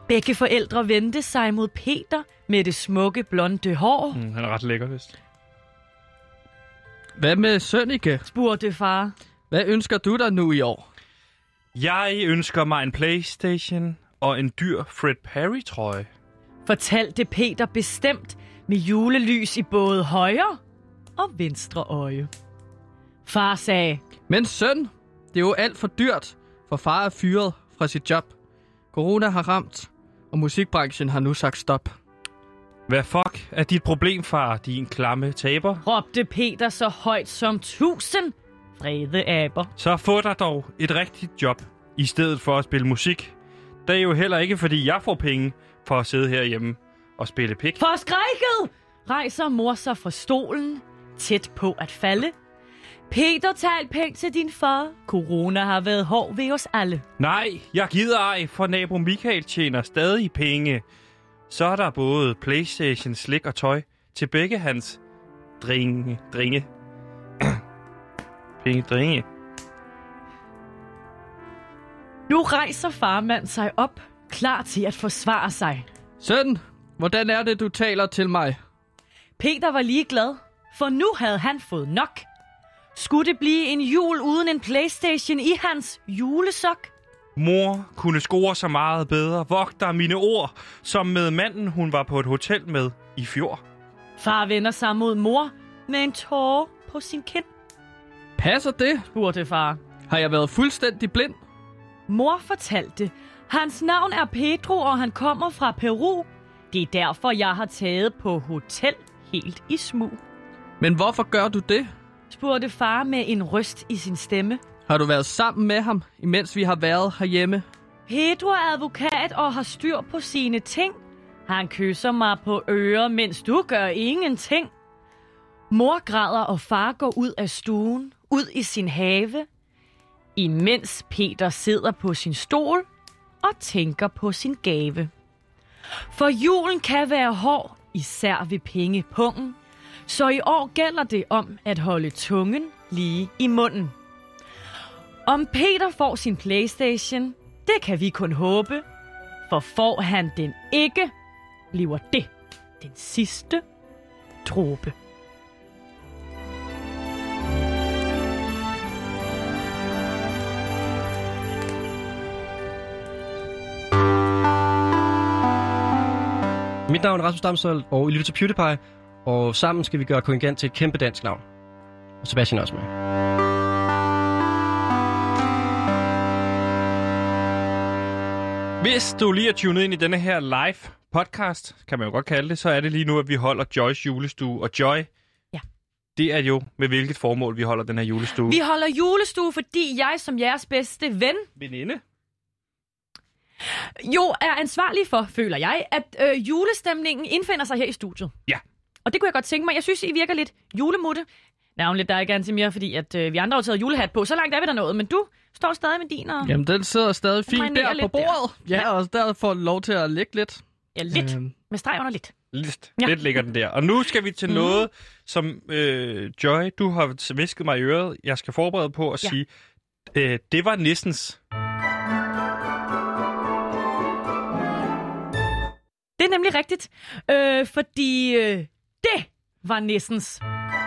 Begge forældre vendte sig mod Peter med det smukke blonde hår, Han er ret lækker, vist. Hvad med Sønneke? spurgte far. Hvad ønsker du dig nu i år? Jeg ønsker mig en PlayStation og en dyr Fred Perry-trøje. Fortalte Peter bestemt med julelys i både højre og venstre øje. Far sagde, Men søn, det er jo alt for dyrt, for far er fyret fra sit job. Corona har ramt, og musikbranchen har nu sagt stop. Hvad fuck er dit problem, far, din klamme taber? råbte Peter så højt som 1000 vrede aber. Så få dig dog et rigtigt job, i stedet for at spille musik. Det er jo heller ikke, fordi jeg får penge for at sidde herhjemme og spille pik. Forskrækket rejser mor sig fra stolen, tæt på at falde. Peter, tal penge til din far. Corona har været hård ved os alle. Nej, jeg gider ej, for nabo Michael tjener stadig penge. Så er der både PlayStation, slik og tøj til begge hans dringe. Penge. Nu rejser farmand sig op, klar til at forsvare sig. Søn, hvordan er det, du taler til mig? Peter var ligeglad, for nu havde han fået nok. Skulle det blive en jul uden en PlayStation i hans julesok? Mor kunne score så meget bedre. Vogter mine ord, som med manden, hun var på et hotel med i fjor. Far vender sig mod mor med en tåre på sin kind, Passer det? spurgte far. Har jeg været fuldstændig blind? Mor fortalte, hans navn er Pedro, og han kommer fra Peru. Det er derfor, jeg har taget på hotel helt i smug, Men hvorfor gør du det? spurgte far med en røst i sin stemme. Har du været sammen med ham, imens vi har været herhjemme? Pedro er advokat og har styr på sine ting. Han kysser mig på øret, mens du gør ingenting. Mor græder, og far går ud af stuen, ud i sin have, imens Peter sidder på sin stol og tænker på sin gave. For julen kan være hård, især ved pengepungen, så i år gælder det om at holde tungen lige i munden. Om Peter får sin PlayStation, det kan vi kun håbe, for får han den ikke, bliver det den sidste dråbe. Mit navn er Rasmus Damsøl, og I lytter til PewDiePie, og sammen skal vi gøre Kongigant til et kæmpe dansk navn. Og Sebastian er også med. Hvis du lige er tunet ind i denne her live podcast, kan man jo godt kalde det, så er det lige nu, at vi holder Joys julestue. Og Joy, Ja. det er jo med hvilket formål, vi holder den her julestue. Vi holder julestue, fordi jeg som jeres bedste ven Veninde. jo er ansvarlig for, føler jeg, at julestemningen indfinder sig her i studiet. Ja. Og det kunne jeg godt tænke mig. Jeg synes, I virker lidt julemutte. Navnligt dig, Gantemir, fordi at, vi andre har taget julehat på. Så langt er vi der nået, men du står stadig med din og... Jamen, den sidder stadig fint marinerer der lidt på bordet. Ja, og der får lov til at ligge lidt. Ja, lidt. Med streg under lidt. Ja. Lidt ligger den der. Og nu skal vi til noget, som Joy, du har visket mig i øret. Jeg skal forberede på at sige, det var nissens. Det er nemlig rigtigt, fordi det var nissens.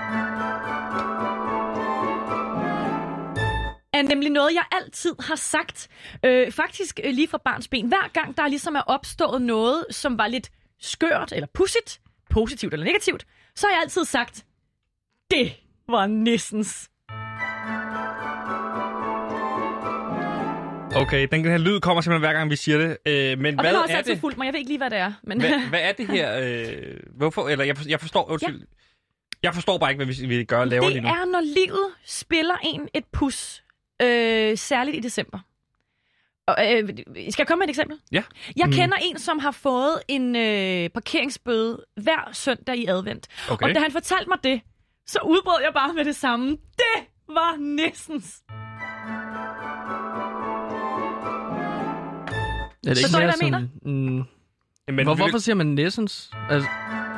Er nemlig noget, jeg altid har sagt. Faktisk lige fra barnsben. Hver gang der ligesom er opstået noget, som var lidt skørt eller pudsigt, positivt eller negativt, så har jeg altid sagt, det var nissens. Okay, den her lyd kommer simpelthen hver gang, vi siger det. Men Og hvad det har også er altid det? fulgt mig. Jeg ved ikke lige, hvad det er. Men... Hvad er det her? Hvorfor? Eller jeg forstår... Undskyld. Jeg forstår bare ikke, hvad vi gør og laver det lige nu. er, når livet spiller en et pus. Særligt i december. Og, skal jeg komme med et eksempel? Ja. Jeg kender en, som har fået en parkeringsbøde hver søndag i advent. Okay. Og da han fortalte mig det, så udbrød jeg bare med det samme. Det var nissens. Er det Forstår I, mere hvad jeg sådan, Jamen, hvorfor siger man nissens? Altså,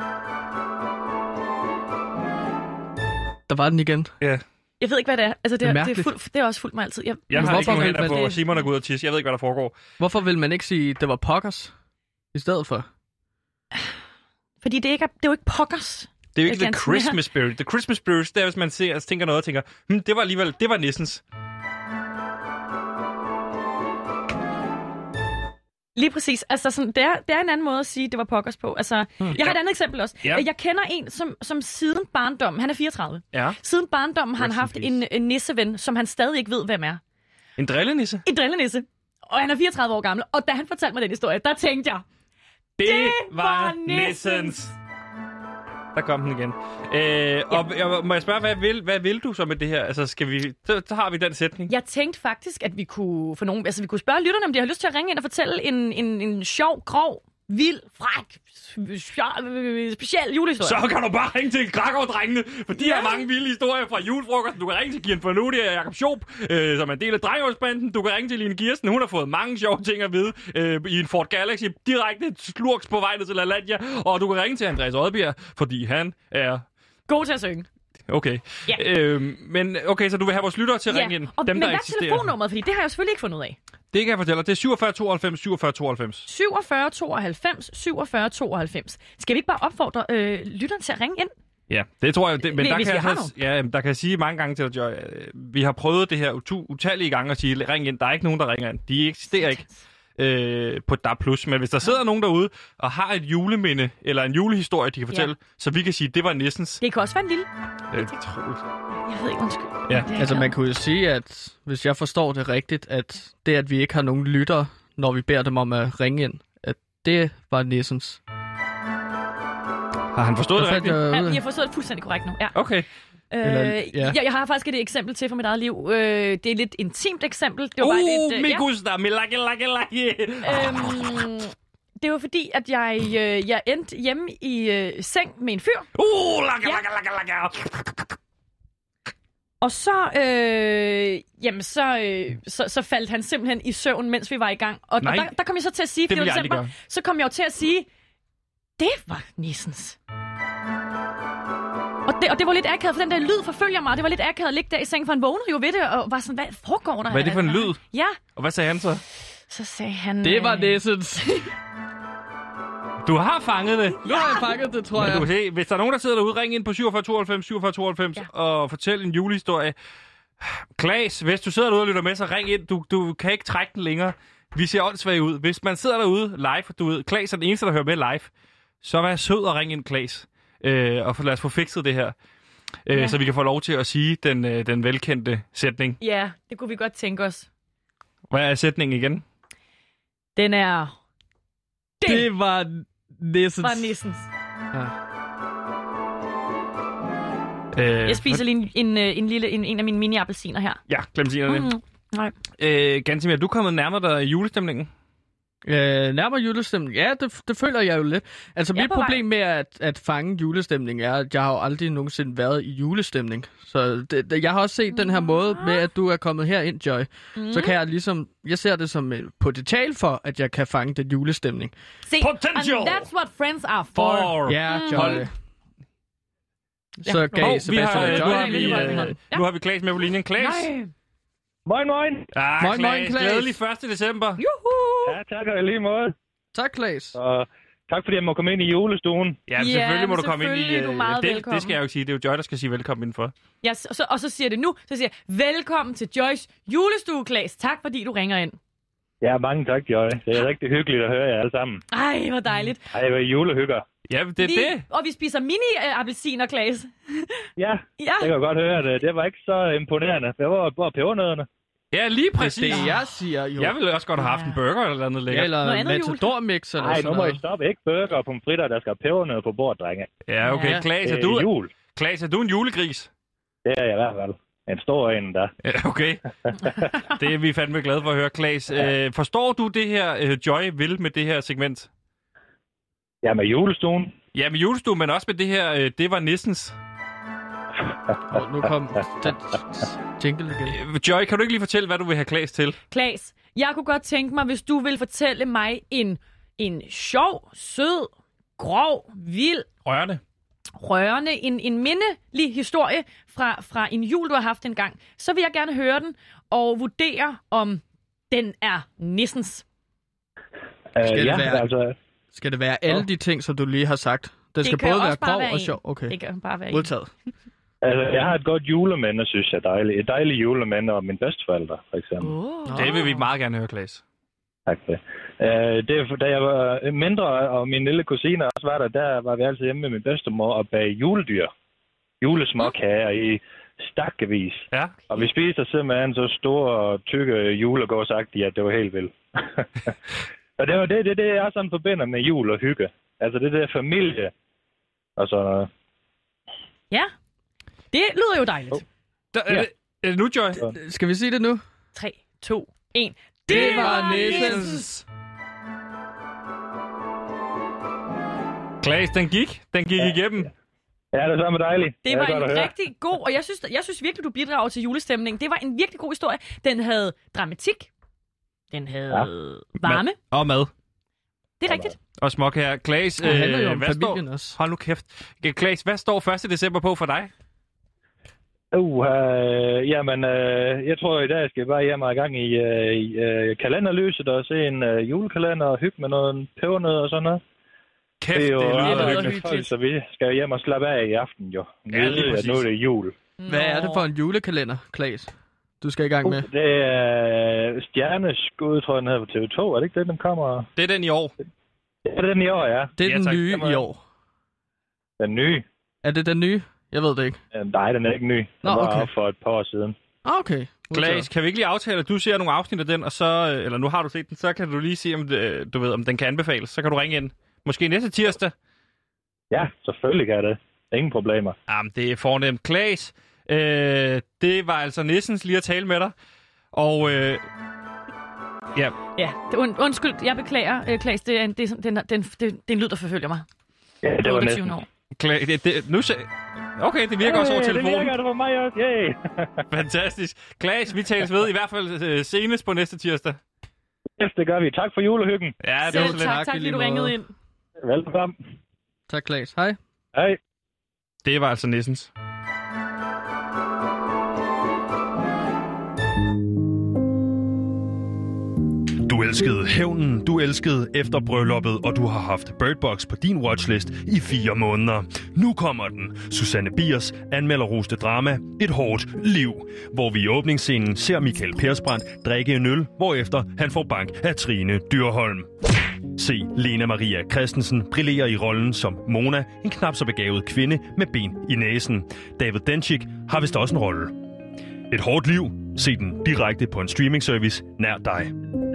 der var den igen. Ja. Jeg ved ikke, hvad det er. Altså, Det er det mærkeligt. det er også fuldt mig altid. Jeg har Hvorfor ikke nogen vil hænder man på det? Simon er gået og tisse. Jeg ved ikke, hvad der foregår. Hvorfor vil man ikke sige, det var pokkers? i stedet for? Fordi det er jo ikke pokkers. Det er jo ikke the Christmas spirit. The Christmas spirit, det er, hvis man ser, altså, tænker noget og tænker, det var nissens. Lige præcis. Altså, sådan, det er en anden måde at sige, at det var pokkers på. Altså, jeg har et andet eksempel også. Ja. Jeg kender en, som siden barndommen, han er 34. Ja. Siden barndommen har han haft en nisseven, som han stadig ikke ved, hvem er. En drillenisse? En drillenisse. Og han er 34 år gammel. Og da han fortalte mig den historie, der tænkte jeg, det var nissens. Der kom den igen. Og må jeg spørge, hvad vil du så med det her? Altså, så har vi den sætning. Jeg tænkte faktisk, at vi kunne spørge lytterne, om de har lyst til at ringe ind og fortælle en sjov, grov, vild, fræk, speciel julehistorie. Så kan du bare ringe til Krakow-drengene, for de har mange vilde historier fra julefrokosten. Du kan ringe til Kian Fornuti og Jakob Schoop, som er en del af Drengehjælpsbanden. Du kan ringe til Line Kirsten. Hun har fået mange sjove ting at vide i en Ford Galaxy. Direkte slurks på vej ned til LaLandia. Og du kan ringe til Andreas Odbjerg, fordi han er... god til at synge. Okay. Ja. Men okay, så du vil have vores lyttere til at ringe ind? Men hvad er telefonnummeret? Fordi det har jeg selvfølgelig ikke fundet ud af. Det kan jeg fortælle dig. Det er 47 92 47 92. 47 92 47 92. Skal vi ikke bare opfordre lytteren til at ringe ind? Ja, det tror jeg. Men der kan jeg sige mange gange til dig, Joy. Vi har prøvet det her utallige gange at sige, ring ind. Der er ikke nogen, der ringer ind. De eksisterer ikke på DAB+. Men hvis der sidder nogen derude og har et juleminde eller en julehistorie, de kan fortælle, så vi kan sige, det var nissens. Det kan også være en lille. Jeg tror. Jeg ved ikke, undskyld. Ja. Altså, man kunne jo sige, at hvis jeg forstår det rigtigt, at det, at vi ikke har nogen lytter, når vi beder dem om at ringe ind, at det var nissens. Har han forstået det rigtigt? Jeg har forstået det fuldstændig korrekt nu. Ja. Okay. Jeg har faktisk et eksempel til fra mit eget liv. Det er et lidt intimt eksempel. Det var bare et, mi gusta, det var fordi, at jeg endte hjemme i seng med en fyr. Og så faldt han simpelthen i søvn, mens vi var i gang. Og der kom jeg så til at sige, det december, så kom jeg jo til at sige, det var nissens. Og det var lidt akavet, for den der lyd forfølger mig. Det var lidt akavet at ligge der i sengen, for han vågnede jo ved det, og var sådan, hvad foregår der? Hvad er det for en lyd? Ja. Og hvad sagde han så? Så sagde han... Det var nissens. Du har fanget det. Nu har jeg fanget det, tror jeg. Du kan se, hvis der er nogen, der sidder derude, ring ind på 47 92 47 92 og fortæl en julehistorie. Klaas, hvis du sidder derude og lytter med, så ring ind. Du kan ikke trække den længere. Vi ser åndssvage ud. Hvis man sidder derude live, du ved, Klaas er den eneste, der hører med live, så vær sød og ring ind, Klaas. Og lad os få fikset det her. Så vi kan få lov til at sige den velkendte sætning. Ja, det kunne vi godt tænke os. Hvad er sætningen igen? Den er... Det var nissens. Jeg spiser lige en af mine mini-appelsiner her. Ja, clementinerne. Nej. Gansimir, du er kommet nærmere dig julestemningen? Nærmere julestemning? Ja, det føler jeg jo lidt. Altså, mit problem med at fange julestemning er, at jeg har jo aldrig nogensinde været i julestemning. Så jeg har også set den her måde med, at du er kommet her ind, Joy. Så kan jeg ligesom... Jeg ser det som et potentiale for, at jeg kan fange den julestemning. Potential! And that's what friends are for. Ja, Joy. Så gav Sebastian og Joy... Nu har vi Klaas med på linjen. Klaas? Moin, moin. Moin, Klaas. Glædelig 1. december. Juhu! Ja, tak og lige måde. Tak, Klaas. Og tak fordi jeg må komme ind i julestuen. Ja, selvfølgelig må du komme ind i... Du meget velkommen. Det skal jeg jo ikke sige. Det er jo Joy, der skal sige velkommen indenfor. Ja, og så siger det nu. Så siger jeg, velkommen til Joys julestue, Klaas. Tak fordi du ringer ind. Ja, mange tak, Joy. Det er rigtig hyggeligt at høre jer alle sammen. Ej, hvor dejligt. Ej, hvor julehygger. Ja, det er det. Og vi spiser mini-appelsiner, Klaas. Ja, det kan jeg godt høre. Det var ikke så imponerende. Det var pebernødderne. Ja, lige præcis. Det jeg siger jo. Jeg ville også godt have haft en burger eller noget lækkert. Eller en matador-mix eller sådan noget. Nej, nu må I stoppe. Ikke burger og pomfritter, der skal pebernødder på bordet, drenge. Ja, okay. Ja. Klaas, er du en julegris? Det er jeg i hvert fald. En stor en, der. Ja, okay. Det er vi fandme glade for at høre, Klaas. Forstår du det her, Joy vil med det her segment? Ja, med julestuen. Ja, med julestuen, men også med det her, det var nissens. Nu kom den jingle igen. Joy, kan du ikke lige fortælle, hvad du vil have Klaas til? Klaas, jeg kunne godt tænke mig, hvis du vil fortælle mig en sjov, sød, grov, vild, rørende, en mindelig historie fra en jul, du har haft engang, så vil jeg gerne høre den og vurdere, om den er nissens. Ja, altså... Skal det være alle de ting, som du lige har sagt? Det skal både være grov og sjov. Okay. Det kan bare være Modtaget. Altså, jeg har et godt julemænd, synes jeg er dejligt. Et dejligt julemænd og mine bedsteforældre, for eksempel. Det vil vi meget gerne høre, Klaas. Tak for det. Da jeg var mindre, og min lille kusine også var der var vi altid hjemme med min bedstemor og bag juledyr. Julesmåkager i stakkevis. Ja. Og vi spiser simpelthen så store og tykke julegårdsagtige, at det var helt vildt. Og det var det jeg sådan forbinder med jul og hygge. Altså det der familie og sådan noget. Ja, det lyder jo dejligt. Er det nu, Joy? Skal vi sige det nu? 3, 2, 1. Det var Nissens. Klaas, den gik igennem. Ja, det er samme dejligt. Det var en rigtig god, og jeg synes virkelig, du bidrager til julestemningen. Det var en virkelig god historie. Den havde dramatik. Den havde varme. Og mad. Det er rigtigt. Og småkager. Klaas, Det handler jo om hvad familien står... også. Hold nu kæft. Klaas, hvad står 1. december på for dig? Jamen, jeg tror i dag skal jeg bare hjem og i gang i kalenderlyset og se en julekalender og hygge med noget pebernød og sådan noget. Kæft, det lyder hyggeligt. Så vi skal hjem og slappe af i aften, jo. Ja, lige præcis. Nu er det jul. Hvad er det for en julekalender, Klaas? Du skal i gang med. Det er Stjerneskud, tror jeg, den hedder på TV2. Er det ikke det, den kommer? Det er den i år. Ja, det er den i år, ja. Det er den tak. nye i år. Den nye? Er det den nye? Jeg ved det ikke. Nej, den er ikke ny. Den var okay. op for et par år siden. Okay. Klaas, kan vi ikke lige aftale, at du ser nogle afsnit af den, og så, eller nu har du set den, så kan du lige se, om den kan anbefales. Så kan du ringe ind. Måske næste tirsdag. Ja, selvfølgelig kan det. Ingen problemer. Jamen, det er fornemt. Klaas, det var altså Nissens lige at tale med dig. Og ja. Ja, undskyld, jeg beklager, Klaas. Det er en lyd, der forfølger mig. Ja, det var næsten. år. Okay, det virker også over telefonen. Det virker det for mig også. Yay. Fantastisk. Klaas, vi tales ved i hvert fald senest på næste tirsdag. Ja, det gør vi. Tak for julehyggen. Ja, det var så lidt. Tak, fordi du ringede ind. Velkommen. Tak, Klaas. Hej. Hej. Det var altså Nissens. Du elskede hævnen, du elskede efter brylluppet, og du har haft Bird Box på din watchlist i 4 måneder. Nu kommer den. Susanne Biers anmelderroste drama Et hårdt liv, hvor vi i åbningsscenen ser Michael Persbrandt drikke en øl, hvorefter han får bank af Trine Dyrholm. Se Lena Maria Christensen brillere i rollen som Mona, en knap så begavet kvinde med ben i næsen. David Dencik har vist også en rolle. Et hårdt liv. Se den direkte på en streamingservice nær dig.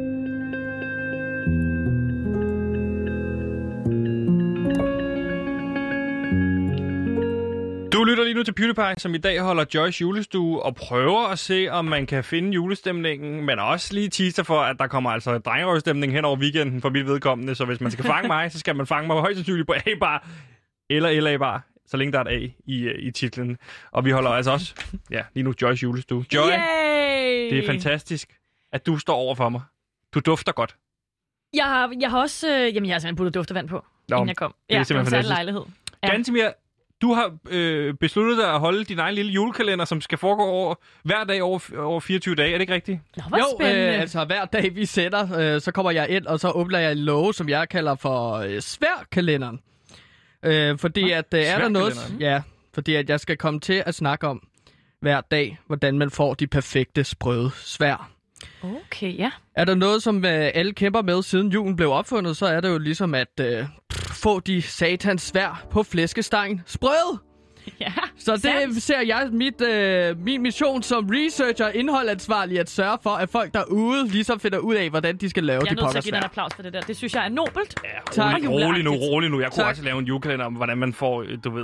Du lytter lige nu til PewDiePie, som i dag holder Joyce julestue og prøver at se, om man kan finde julestemningen, men også lige teaser for, at der kommer altså drengerøvstemning hen over weekenden for mit vedkommende. Så hvis man skal fange mig, så skal man fange mig højst sandsynligt på A-bar eller LA-bar, så længe der er et A i titlen. Og vi holder altså også, lige nu Joyce julestue. Joy, Yay! det er fantastisk, at du står over for mig. Du dufter godt. Jeg har også... jeg har simpelthen puttet duftevand på, inden jeg kom. det er simpelthen fantastisk. Lejlighed. Ja. Gantemir, du har besluttet dig at holde din egen lille julekalender, som skal foregå hver dag over 24 dage. Er det ikke rigtigt? Nå, hvor spændende. Altså hver dag vi sætter, så kommer jeg ind, og så åbner jeg en låge, som jeg kalder for sværkalenderen. Fordi at er der noget... Ja, fordi at jeg skal komme til at snakke om hver dag, hvordan man får de perfekte sprøde svær. Okay, ja. Er der noget, som alle kæmper med, siden julen blev opfundet, så er det jo ligesom at få de satans svær på flæskestegen sprøde. Ja, så det ser jeg min mission som researcher indholdansvarlig at sørge for, at folk derude ligesom finder ud af, hvordan de skal lave de Jeg er nødt til at give pokkersvær. dig en applaus for det der. Det synes jeg er nobelt. Ja, rolig nu. Jeg kunne også lave en julekalender om, hvordan man får,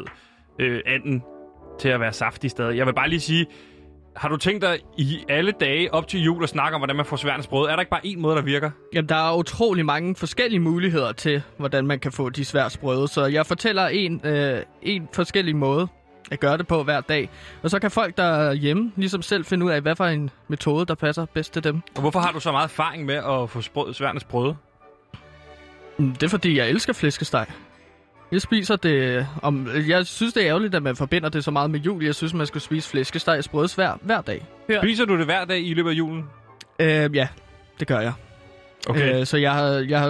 anden til at være saftig stadig. Jeg vil bare lige sige, har du tænkt dig i alle dage op til jul at snakke om, hvordan man får sværene sprøde? Er der ikke bare én måde, der virker? Jamen, der er utrolig mange forskellige muligheder til, hvordan man kan få de svær sprøde. Så jeg fortæller en forskellig måde at gøre det på hver dag. Og så kan folk derhjemme ligesom selv finde ud af, hvad for en metode, der passer bedst til dem. Og hvorfor har du så meget erfaring med at få sværene sprøde? Det er fordi, jeg elsker flæskesteg. Jeg spiser det... Jeg synes, det er ærgerligt, at man forbinder det så meget med jul. Jeg synes, man skal spise flæskesteg sprødsvær hver dag. Spiser du det hver dag i løbet af julen? Ja, det gør jeg. Okay. Så jeg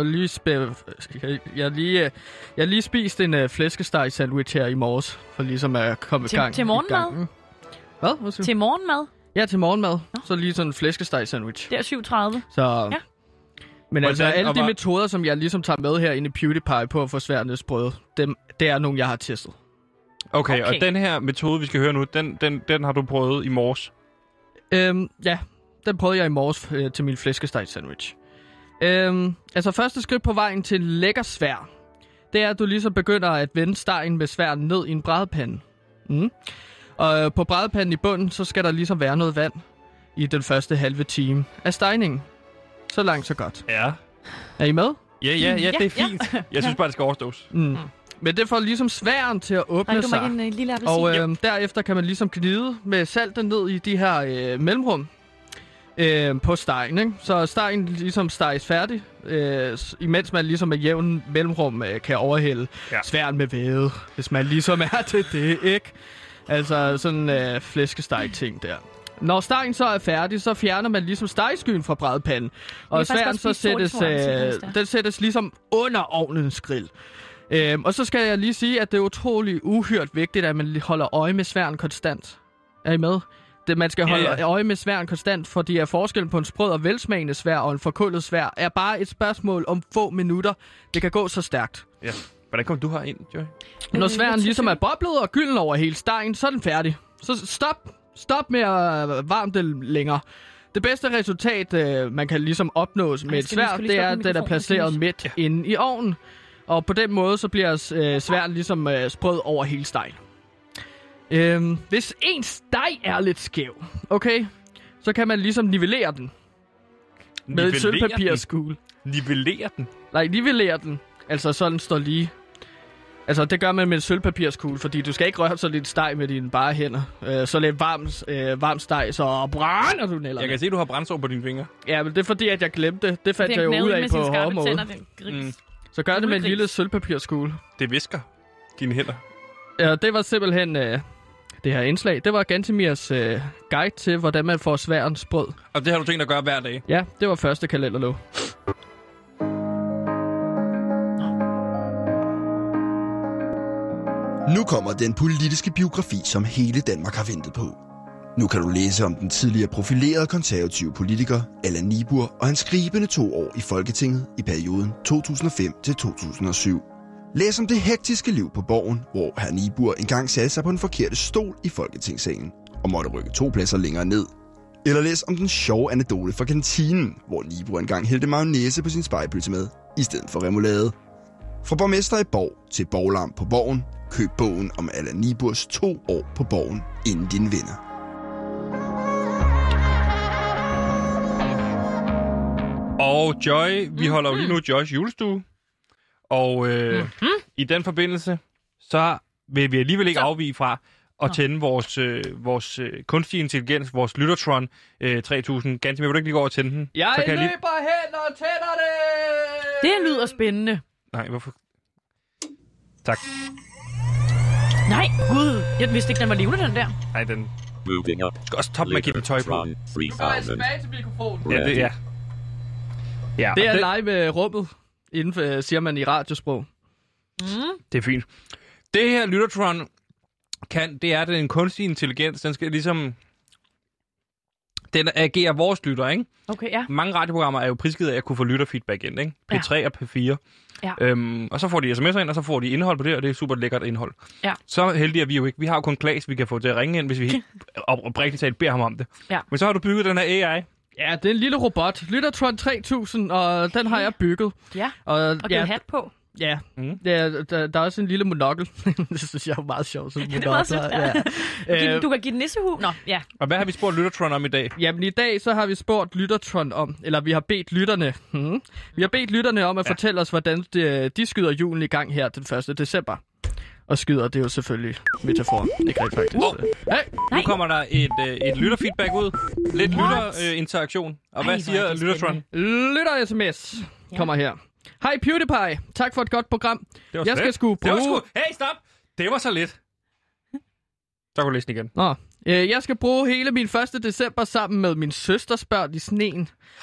har lige spist en flæskesteg sandwich her i morges, for ligesom at komme i gang. Til morgenmad? Hvad? Til morgenmad? Ja, til morgenmad. Så lige sådan en flæskesteg sandwich. Det er 7:30. Så... Ja. Men altså, Hvordan- alle og de var- metoder, som jeg ligesom tager med her inde i PewDiePie på at få sværnesbrød, det er nogle, jeg har testet. Okay, og Okay. den her metode, vi skal høre nu, den har du prøvet i morges. Ja, den prøvede jeg i morges til min flæskesteg sandwich. Altså, første skridt på vejen til en lækker svær, det er, at du ligesom begynder at vende stegen med sværen ned i en brædepande. Og på brædepanden i bunden, så skal der ligesom være noget vand i den første halve time af stegningen. Så langt, så godt. Ja. Er I med? Ja, det er fint. Jeg synes bare, det skal overstås. Men det får ligesom sværen til at åbne Nej, du må sig. ikke en lille appelsin. Og derefter kan man ligesom gnide med saltet ned i de her mellemrum på stegen, ikke? Så stegen ligesom steges færdig, imens man ligesom med jævn mellemrum kan overhælde sværen med væde, hvis man ligesom er til det, ikke? Altså sådan flæskesteg-ting der. Når stegen så er færdig, så fjerner man ligesom stegeskyen fra brædepanden. Og sværen så sættes ligesom under ovnens grill. Og så skal jeg lige sige, at det er utrolig uhyrt vigtigt, at man holder øje med sværen konstant. Er I med? Man skal holde øje med sværen konstant, fordi at forskellen på en sprød og velsmagende svær og en forkullet svær er bare et spørgsmål om få minutter. Det kan gå så stærkt. Ja. Hvordan kom du her ind, Joy? Når sværen ligesom er boblet og gylden over hele stegen, så er den færdig. Så stop med at varme det længere. Det bedste resultat, man kan ligesom opnå med et sværd, det er, at den er placeret midt inde i ovnen. Og på den måde, så bliver sværen ligesom sprød over hele stegen. Hvis en steg er lidt skæv, okay, så kan man ligesom nivellere den. Med et sølvpapirskule. Nivellere den? Nej, nivellere den. Altså sådan står lige. Altså det gør man med en sølvpapirskugle, fordi du skal ikke røre så lidt steg med dine bare hænder. Så lidt varm steg, så brænder du nælderne. Jeg kan se, du har brændsår på dine fingre. Ja, men det er fordi, at jeg glemte det. Det fandt jeg jo ud af på hårde måde. Så gør det med en lille sølvpapirskugle. Det visker dine hænder. Ja, det var simpelthen det her indslag. Det var Gantemirs guide til, hvordan man får sværens brød. Og det har du tænkt at gøre hver dag? Ja, det var første kalenderlov. Nu kommer den politiske biografi, som hele Danmark har ventet på. Nu kan du læse om den tidligere profilerede konservative politiker Allan Niburg og hans skribende 2 år i Folketinget i perioden 2005 til 2007. Læs om det hektiske liv på Borgen, hvor hr. Niburg engang satte sig på den forkerte stol i Folketingssalen og måtte rykke 2 pladser længere ned. Eller læs om den sjove anekdote fra kantinen, hvor Niburg engang hældte mayonnaise på sin spegepølse med, i stedet for remoulade. Fra borgmester i Borg til borglarm på Borgen, køb bogen om Allan Niburgs 2 år på Borgen, inden dine venner. Og Joy, vi holder jo lige nu Joys julestue. Og i den forbindelse, så vil vi alligevel ikke afvige fra at tænde vores kunstige intelligens, vores Lyttertron 3000. Ganske, vil du ikke lige gå over og tænde den? Jeg så kan løber hen og tænder det! Det lyder spændende. Nej, hvorfor? Tak. Nej, gud. Jeg vidste ikke, den var levende, den der. Nej, den Moving up. skal også toppe med at give den tøj på. Tron Så er jeg 3000. tilbage til mikrofonen. Ja, det er. Ja, Det og er live rummet, inden for, siger man i radiosprog. det er fint. Det her Lyttertron kan, det er, at en kunstig intelligens, den skal ligesom... Den agerer vores lytter, ikke? Okay, ja. Mange radioprogrammer er jo prisgivet af at kunne få lytterfeedback ind, ikke? P3 og P4. Ja. Og så får de sms'er ind, og så får de indhold på det, og det er super lækkert indhold. Ja. Så heldige er vi jo ikke. Vi har jo kun Klaas, vi kan få til at ringe ind, hvis vi oprigtigt talt beder ham om det. Ja. Men så har du bygget den her AI. Ja, det er en lille robot. Lyttertron 3000, og den har jeg bygget. Ja, Og og givet hat på. Ja, Mm. der er også en lille monokkel. Det synes jeg er meget sjovt. Sådan Det er meget sødt. Du kan give den nissehu. Nå, ja. Og hvad har vi spurgt Lyttertron om i dag? Jamen i dag så har vi spurgt Lyttertron om, eller vi har bedt lytterne. Vi har bedt lytterne om at fortælle os, hvordan de skyder julen i gang her den 1. december. Og skyder, det er jo selvfølgelig metaforen. Ikke rigtig faktisk. Hey! Nu kommer der et lytterfeedback ud. Lidt lytterinteraktion. Og hvad siger Lyttertron? Lytter-sms kommer her. Hej PewDiePie, tak for et godt program. Det var Jeg skal slet. sgu Det var bruge... Hey, stop! Det var så lidt. Så kan du læse den igen. Jeg skal bruge hele min 1. december sammen med min søsters børn i sneen.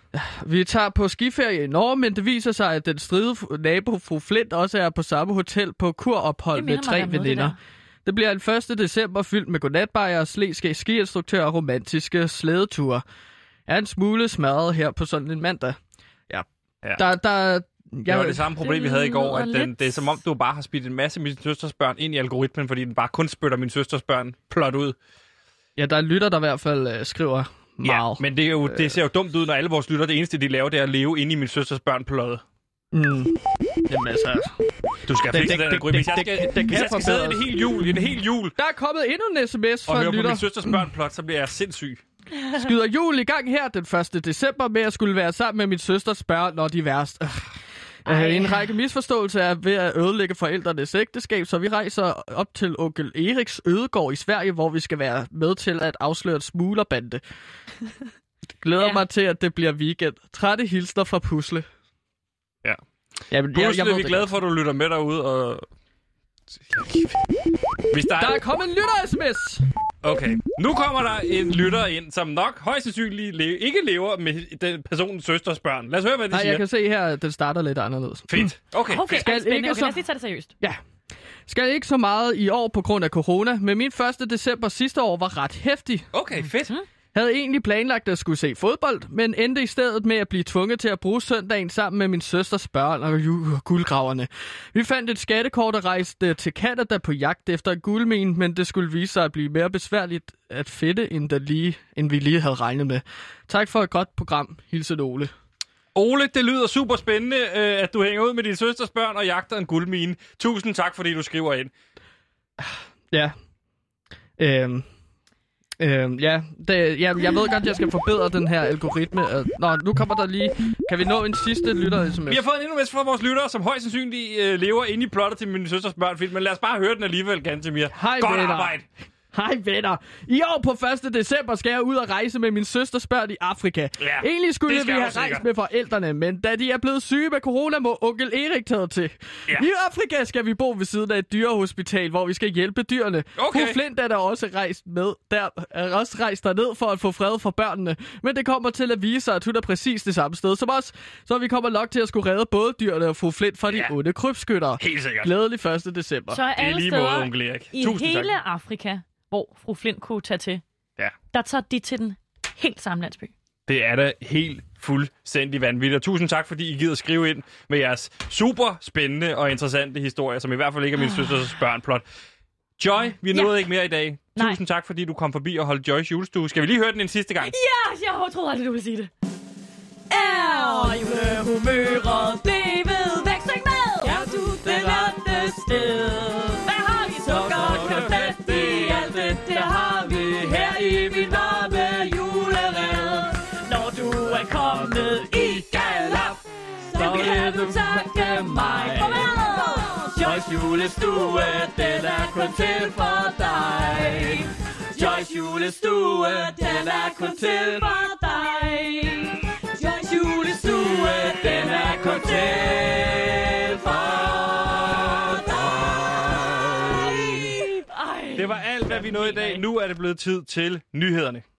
Vi tager på skiferie i Norge, men det viser sig, at den stride nabo, fru Flint, også er på samme hotel på kurophold med 3 veninder. Det bliver en 1. december fyldt med godnatbajer, slæske skiinstruktører og romantiske slædeture. Er en smule smadret her på sådan en mandag. Ja. Det var det samme problem, vi havde i går, at det er som om, du bare har spildt en masse af min søsters børn ind i algoritmen, fordi den bare kun spytter min søsters børn plot ud. Ja, der er en lytter, der i hvert fald skriver meget. Ja, men det ser jo dumt ud, når alle vores lytter, det eneste, de laver, det er at leve inde i min søsters børn plot. Jamen altså... Du skal fikse den algoritme. Hvis jeg skal sidde i det hele jul... Der er kommet endnu en sms fra en lytter. Og høre på min søsters børn plot, så bliver jeg sindssyg. Skyder jul i gang her den 1. december med at skulle være sammen med min søsters børn, når de er værst. En række misforståelser er ved at ødelægge forældrenes ægteskab, så vi rejser op til onkel Eriks ødegård i Sverige, hvor vi skal være med til at afsløre et smuglerbande. Glæder mig til, at det bliver weekend. Trætte hilsner fra Pusle. Ja. Jamen, Pusle, vi er glade for, at du lytter med derude. Og... Der er kommet en lytter-sms! Okay. Nu kommer der en lytter ind, som nok højst sandsynligt ikke lever med den personens søsters børn. Lad os høre, hvad de siger. Jeg kan se her, at den starter lidt anderledes. Fedt. Okay. Lad os lige tage det seriøst. Ja. Skal ikke så meget i år på grund af corona, men min 1. december sidste år var ret heftig. Okay, fedt. Havde egentlig planlagt at skulle se fodbold, men endte i stedet med at blive tvunget til at bruge søndagen sammen med min søsters børn og guldgraverne. Vi fandt et skattekort og rejste til Canada på jagt efter en guldmine, men det skulle vise sig at blive mere besværligt at finde, end vi lige havde regnet med. Tak for et godt program. Hilsen Ole. Ole, det lyder super spændende, at du hænger ud med din søsters børn og jagter en guldmine. Tusind tak, fordi du skriver ind. Ja. Jeg ved godt, at jeg skal forbedre den her algoritme. Nu kommer der lige... Kan vi nå en sidste lytter-sms? Vi har fået en endnu fra vores lyttere, som højst sandsynligt lever inde i plottet til min søsters børn, men lad os bare høre den alligevel, Gantemir. Hej, godt venner. arbejde! Hej venner. I år på 1. december skal jeg ud og rejse med min søsters børn i Afrika. Ja, egentlig skulle vi have rejst med forældrene, men da de er blevet syge med corona, må onkel Erik tage til. Ja. I Afrika skal vi bo ved siden af et dyrehospital, hvor vi skal hjælpe dyrene. Okay. Fru Flint er der også rejst med. Der er også rejst derned for at få fred for børnene. Men det kommer til at vise sig, at hun er præcis det samme sted som os. Så vi kommer nok til at skulle redde både dyrene og fru Flint fra de onde krybskyttere. Helt sikkert. Glædelig 1. december. Så alle steder onkel Erik. i hele Afrika, hvor fru Flint kunne tage til, der tager de til den helt samme landsby. Det er da helt fuldstændig vanvittigt. Og tusind tak, fordi I gider skrive ind med jeres super spændende og interessante historier, som i hvert fald ikke er min søsters børnplot. Joy, vi nåede ikke mere i dag. Tusind tak, fordi du kom forbi og holdt Joys julestue. Skal vi lige høre den en sidste gang? Ja, jeg troede aldrig, du ville sige det. Er julehumøret blevet veksling med? Er du det rette sted? Hvad har vi? Sukker, konfetti, alt det har vi her i min varme julered. Når du er kommet i galop, så vil du takke mig. Joys julestue, den er kun til for dig. Joys julestue, den er kun til for dig. Joys julestue, den er kun til for dig. Det var alt, hvad vi nåede i dag. Nu er det blevet tid til nyhederne.